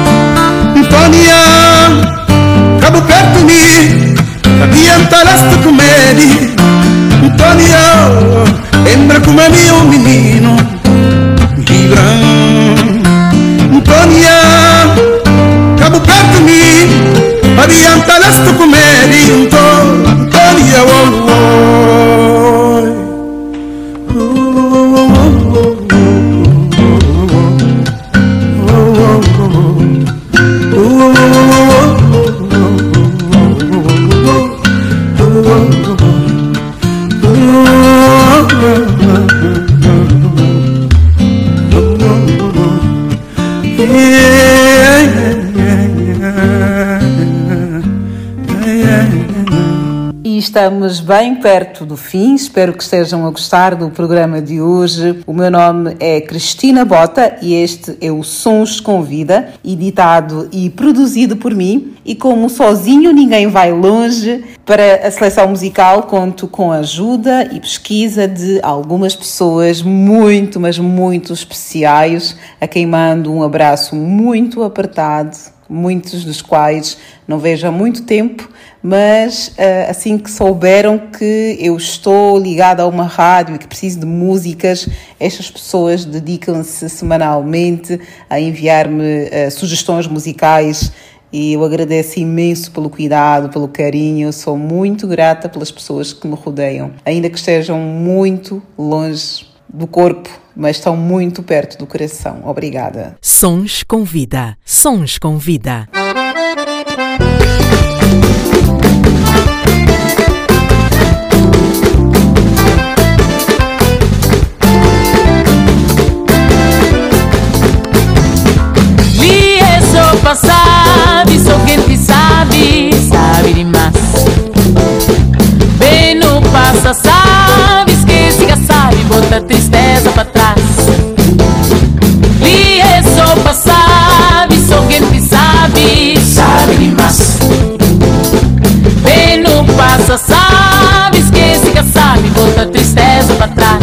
Antonia, cabo perto mi, cavianta leste comedi. Antonia, lembra como é meu menino, Libra. Antonia, cabo perto mi, cavianta leste comedi. Antonia, oh, E estamos bem perto do fim, espero que estejam a gostar do programa de hoje. O meu nome é Cristina Bota e este é o Sons com Vida, editado e produzido por mim. E como sozinho ninguém vai longe, para a seleção musical conto com a ajuda e pesquisa de algumas pessoas muito, mas muito especiais, a quem mando um abraço muito apertado, muitos dos quais não vejo há muito tempo, mas assim que souberam que eu estou ligada a uma rádio e que preciso de músicas, estas pessoas dedicam-se semanalmente a enviar-me uh, sugestões musicais E eu agradeço imenso pelo cuidado, pelo carinho. Eu sou muito grata pelas pessoas que me rodeiam, ainda que estejam muito longe do corpo, mas estão muito perto do coração. Obrigada. Sons com vida. Sons com vida. Li eso passavi, só quem te sabe, sabe demais. Bem no passa, sabe, esquece que sabe, bota tristeza pra trás. Li eso passavi, só quem te sabe, sabe demais. Bem no passa, sabe, esquece que sabe, bota tristeza pra trás.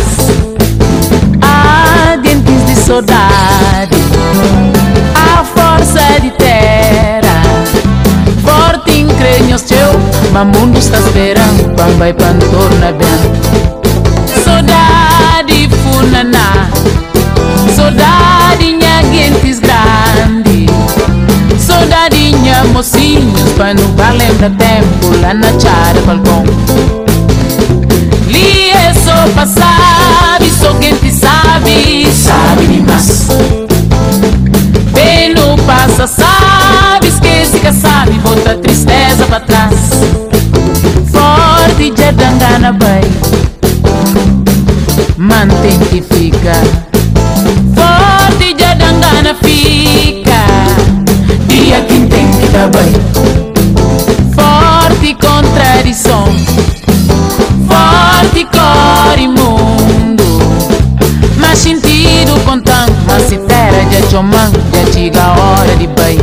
Há dentes de saudade, a força de terra, forte em crânio teu, mas mundo está esperando, quando vai para torna bem. Saudade funaná, saudadinha gentes grande, saudadinha mocinhos, para não lembrar tempo lá na chara balcão. Li eso passado, só quem te sabe, sabe demais. Bem no passa, sabe, esquece que sabe, bota tristeza pra trás. Forte já dangana bem, mantém que fica. Forte já dangana fica, dia quem tem que dar bem. Forte contradição, forte cor e mundo, mas sentido contando, mas se terra já chomang, já chega a hora de bem.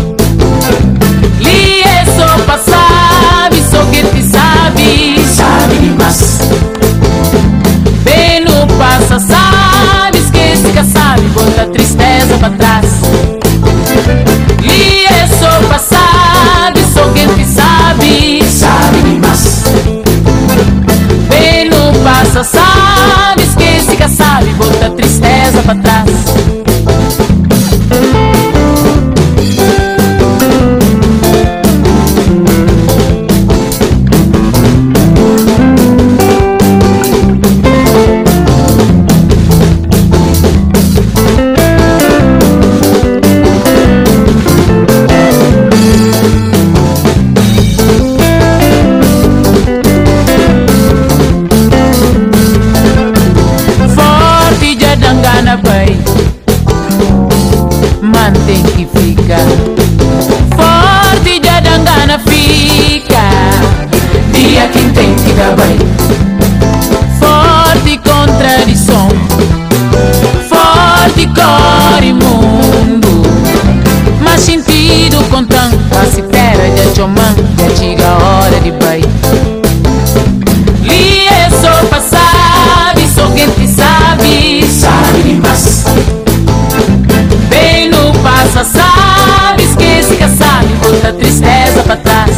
Li eso passado, só quem te sabe, sabe demais. Bem no passa, sabe, esquece que sabe, bota tristeza pra trás. Li eso passado, só quem te sabe, sabe demais. Bem no passa, sabe, esquece que sabe, bota tristeza pra trás. Mantém que fica. Forte já dangana fica, dia quem tem que dar bem. Forte contradição, forte cor e mundo, mas sentido contando, a se terra já chomang, já chega a hora de bem. Li eso passado, só quem te sabe, sabe demais. Bem no passa, sabe, esquece que sabe, bota tristeza pra trás.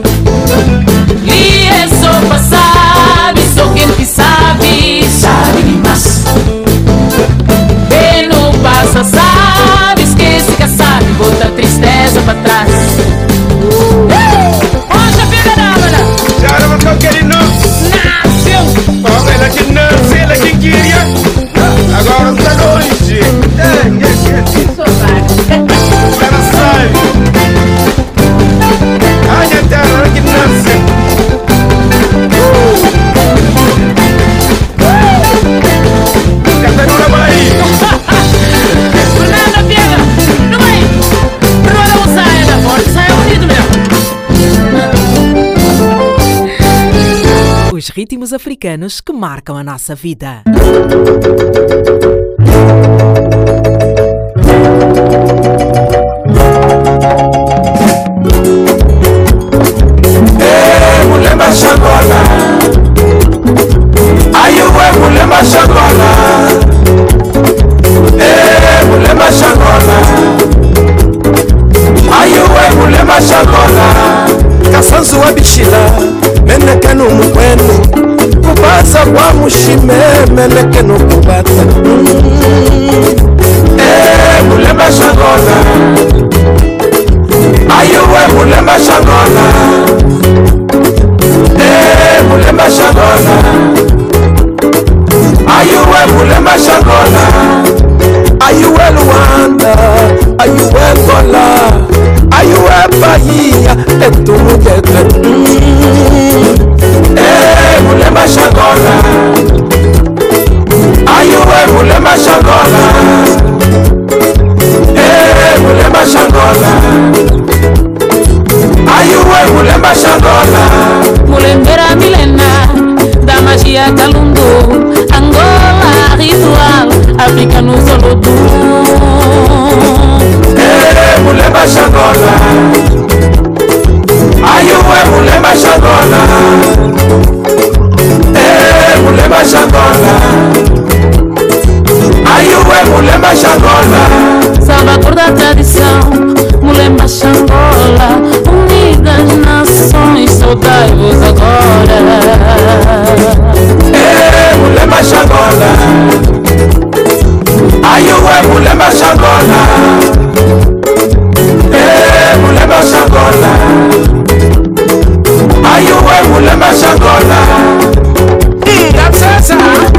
Li eso passado, só quem te sabe, sabe demais. Bem no passa, sabe, esquece que sabe, bota tristeza pra trás. Poxa, filha da mana! Já era uma qualquer não? Nasceu! Bom, ela que nasce, ela que queria. Agora está longe. Ela sabe. A gente ela que nasce. Cantando na Bahia. Nada pega. Não vai. Não vai sair da porta. Sai bonito mesmo. Os ritmos africanos que marcam a nossa vida. Eh, mulher machagola. Ai, ué, mulher machagola. Eh, mulher machagola. Ai, ué, mulher machagola. Kasanzu wa bishila, meneke no mukwenu. Kubasa kwa mushime, meneke no kubata. Eh, mulher machagola. Ai, Mulemba Xangola, eh, Mulemba Xangola, ayuwe Mulemba Xangola, ayuwe Luanda, ayuwe Angola, ayuwe Bahia, etu mujete, eh, Mulemba Xangola, ayuwe Mulemba Xangola, eh, Mulemba Xangola, ayuwe Mulemba Xangola. Mulembera milena da magia Kalundu, Angola ritual, África no Zolodu. Eh, Mulemba Xangola, ayuwe Mulemba Xangola, eh, Mulemba Xangola, ayuwe Mulemba Xangola. Salvador da tradição, Mulemba Xangola, unidas nações, saudai-vos agora. Eh, Mulemba Xangola, ayuwe Mulemba Xangola, eh, Mulemba Xangola, ayuwe Mulemba Xangola. Mm, that's it, huh?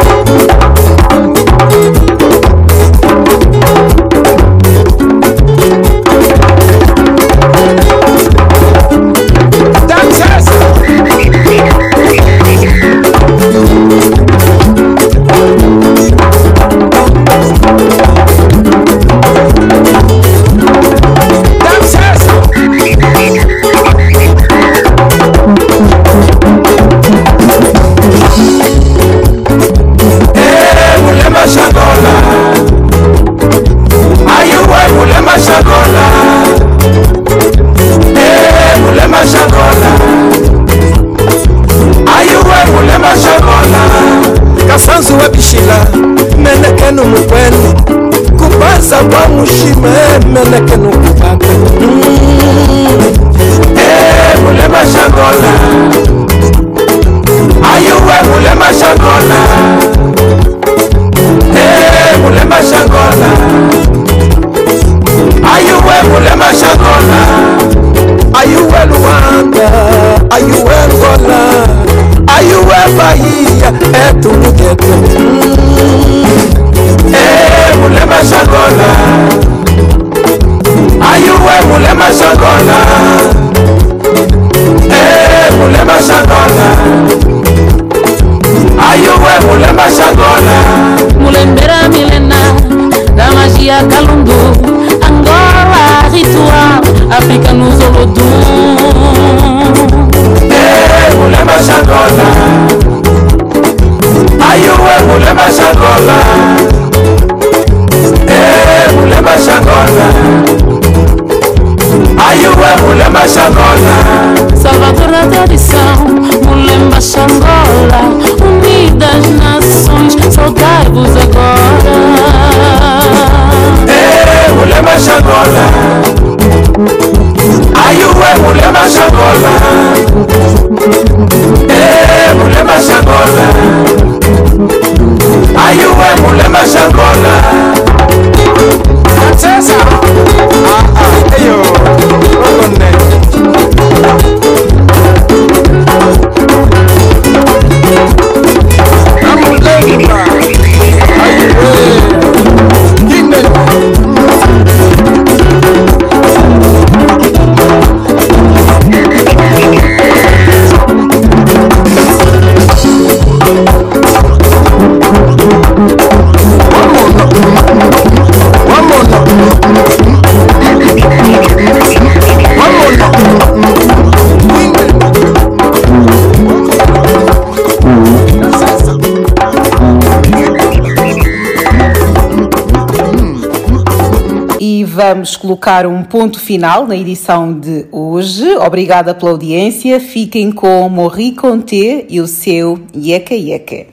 Meneke no kubaka, eh, Mulemba Xangola, ayuwe Mulemba Xangola, eh, Mulemba Xangola, ayuwe Mulemba Xangola, ayuwe Luanda, ayuwe Angola, ayuwe Bahia, etu mujete, eh, Mulemba Xangola, ayuwe Mulemba Xangola, eh, Mulemba Xangola, ayuwe Mulemba Xangola. Mulembera milena da magia Kalundu, Angola ritual, África no Zolodu. Eh, Mulemba Xangola, ayuwe Mulemba Xangola, eh, Mulemba Xangola, ayuwe Mulemba Xangola. Salvador da tradição, Mulemba Xangola, unidas nações, saudai-vos agora. Eh, Mulemba Xangola, ayuwe Mulemba Xangola, eh, Mulemba Xangola, ayuwe Mulemba Xangola. Sasa, ah ah, eyo, rokonne. Namulemba, ayuwe, kine. Vamos colocar um ponto final na edição de hoje. Obrigada pela audiência. Fiquem com Morri Conté e o seu Yeka Yeka.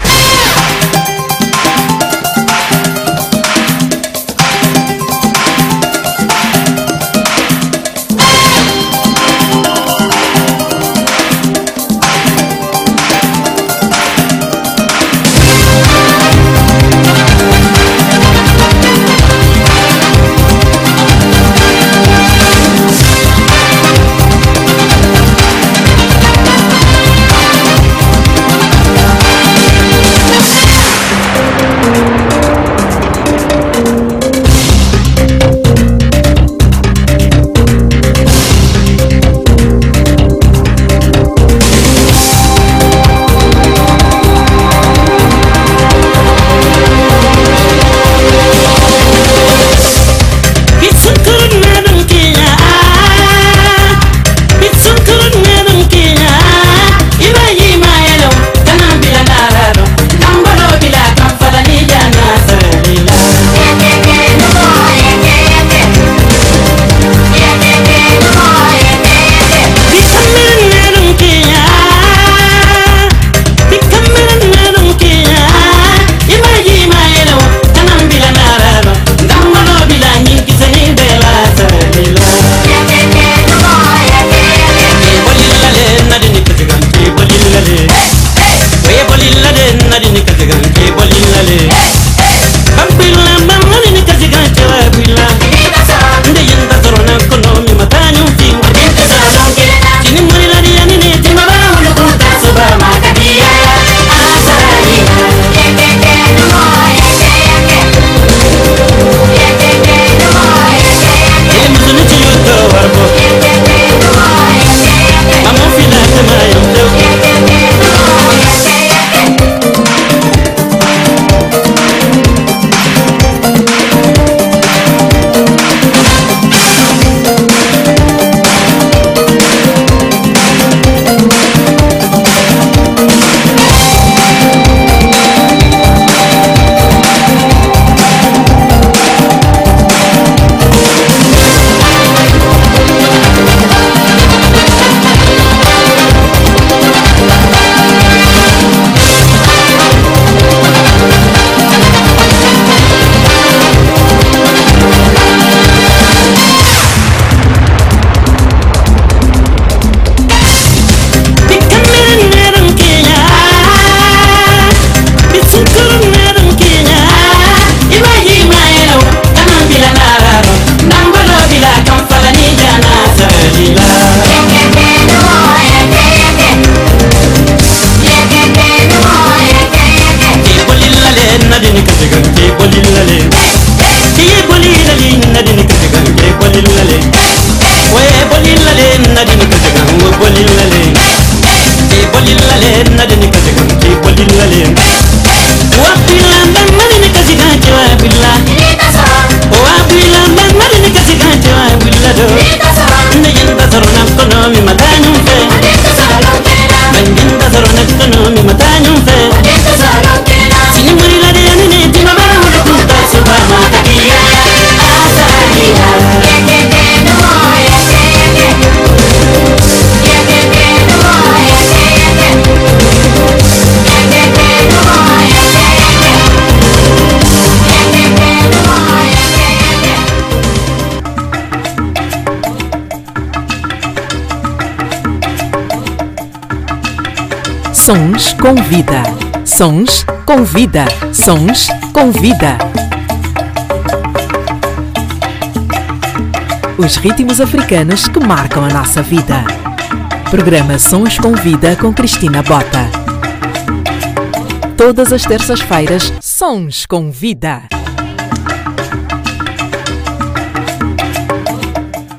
Sons com vida. Sons com vida. Sons com vida. Os ritmos africanos que marcam a nossa vida. Programa Sons com Vida com Cristina Bota. Todas as terças-feiras, Sons com Vida.